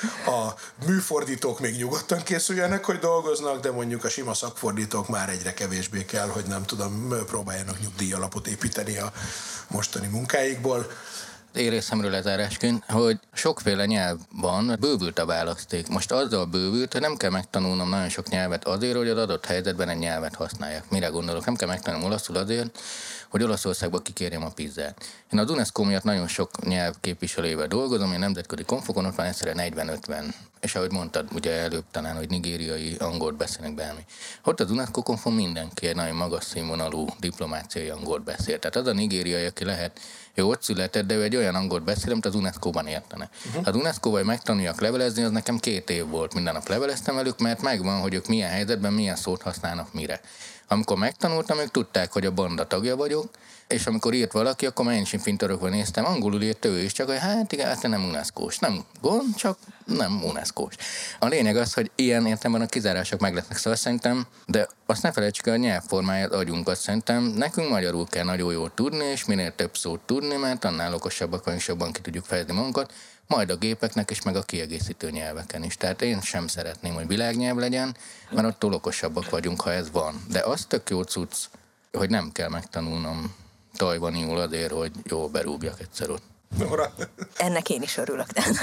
A műfordítók még nyugodtan készüljenek, hogy dolgoznak, de mondjuk a sima szakfordítók már egyre kevésbé kell, hogy nem tudom, próbáljanak nyugdíjalapot építeni a mostani munkáikból. Én részemről lezárásként, hogy sokféle nyelv van, bővült a választék. Most azzal bővült, hogy nem kell megtanulnom nagyon sok nyelvet azért, hogy az adott helyzetben egy nyelvet használják. Mire gondolok? Nem kell megtanulnom olaszul azért, hogy Olaszországba kikérjem a pizzát. Én az UNESCO miatt nagyon sok nyelv képviselőjével dolgozom, én nemzetközi konfokon, ott van egyszerűen 40-50. És ahogy mondtad, ugye előbb talán, hogy nigériai angolt beszélnek bármi. Ott az UNESCO konfon mindenki egy nagyon magas színvonalú diplomáciai angolt beszél. Tehát az a nigériai, aki lehet, ő ott született, de ő egy olyan angolt beszél, amit az UNESCO-ban értene. Az UNESCO-val megtanuljak levelezni, az nekem 2 év volt. Minden nap leveleztem velük, mert megvan, hogy ők milyen helyzetben, milyen szót használnak mire. Amikor megtanultam, ők tudták, hogy a banda tagja vagyok, és amikor írt valaki, akkor már én is Pinterestről néztem, angolul írt ő is, csak hogy hát igen, hát nem UNESCO-s. Nem gond, csak nem UNESCO-s. A lényeg az, hogy ilyen értelemben a kizárások meg lesznek, szóval szerintem, de azt ne felejtsük el, a nyelvformáját adjunkat szerintem. Nekünk magyarul kell nagyon jól tudni, és minél több szót tudni, mert annál okosabbak vagyunk, és jobban ki tudjuk fejezni magunkat, majd a gépeknek is, meg a kiegészítő nyelveken is. Tehát én sem szeretném, hogy világnyelv legyen, mert attól okosabbak vagyunk, ha ez van. De az tök jó cucc, hogy nem kell megtanulnom tajvaniul azért, hogy jól berúgjak egyszer ott. Nora. Ennek én is örülök, tehát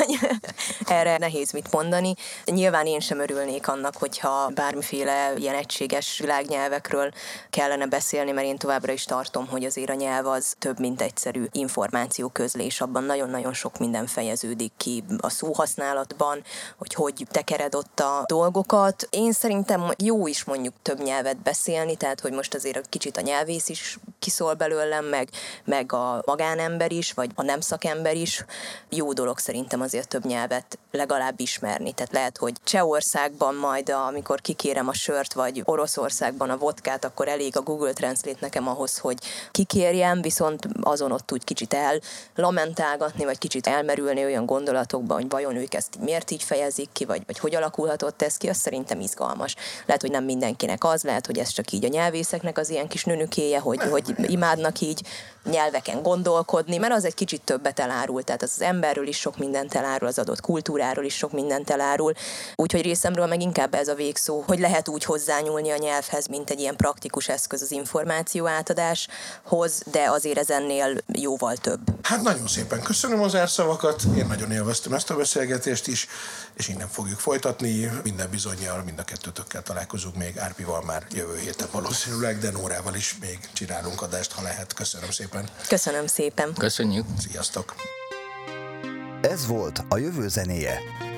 erre nehéz mit mondani. Nyilván én sem örülnék annak, hogyha bármiféle ilyen egységes világnyelvekről kellene beszélni, mert én továbbra is tartom, hogy azért a nyelv az több, mint egyszerű információközlés. Abban nagyon-nagyon sok minden fejeződik ki a szóhasználatban, hogy tekered ott a dolgokat. Én szerintem jó is mondjuk több nyelvet beszélni, tehát hogy most azért kicsit a nyelvész is kiszól belőlem, meg a magánember is, vagy a nem szakember is. Jó dolog szerintem azért több nyelvet legalább ismerni. Tehát lehet, hogy Csehországban majd, amikor kikérem a sört, vagy Oroszországban a vodkát, akkor elég a Google Translate nekem ahhoz, hogy kikérjem, viszont azon ott úgy kicsit lamentálgatni, vagy kicsit elmerülni olyan gondolatokban, hogy vajon ők ezt miért így fejezik ki, vagy hogy alakulhatott ez ki, az szerintem izgalmas. Lehet, hogy nem mindenkinek az, lehet, hogy ez csak így a nyelvészeknek az ilyen kis nőnökéje, hogy imádnak így nyelveken gondolkodni, mert az egy kicsit többet elárul, tehát az emberről is sok mindent elárul, az adott kultúráról is sok mindent elárul, úgyhogy részemről meg inkább ez a végszó, hogy lehet úgy hozzányúlni a nyelvhez, mint egy ilyen praktikus eszköz az információ átadáshoz, de azért ez ennél jóval több. Hát nagyon szépen köszönöm az zárszavakat, én nagyon élveztem ezt a beszélgetést is, és innen fogjuk folytatni, minden bizonnyal mind a kettőtökkel találkozunk még, Árpival már jövő héten valószínűleg, de Nórával is még csinálunk adást, ha lehet. Köszönöm szépen. Köszönöm szépen. Köszönjük. Sziasztok. Ez volt a Jövő zenéje.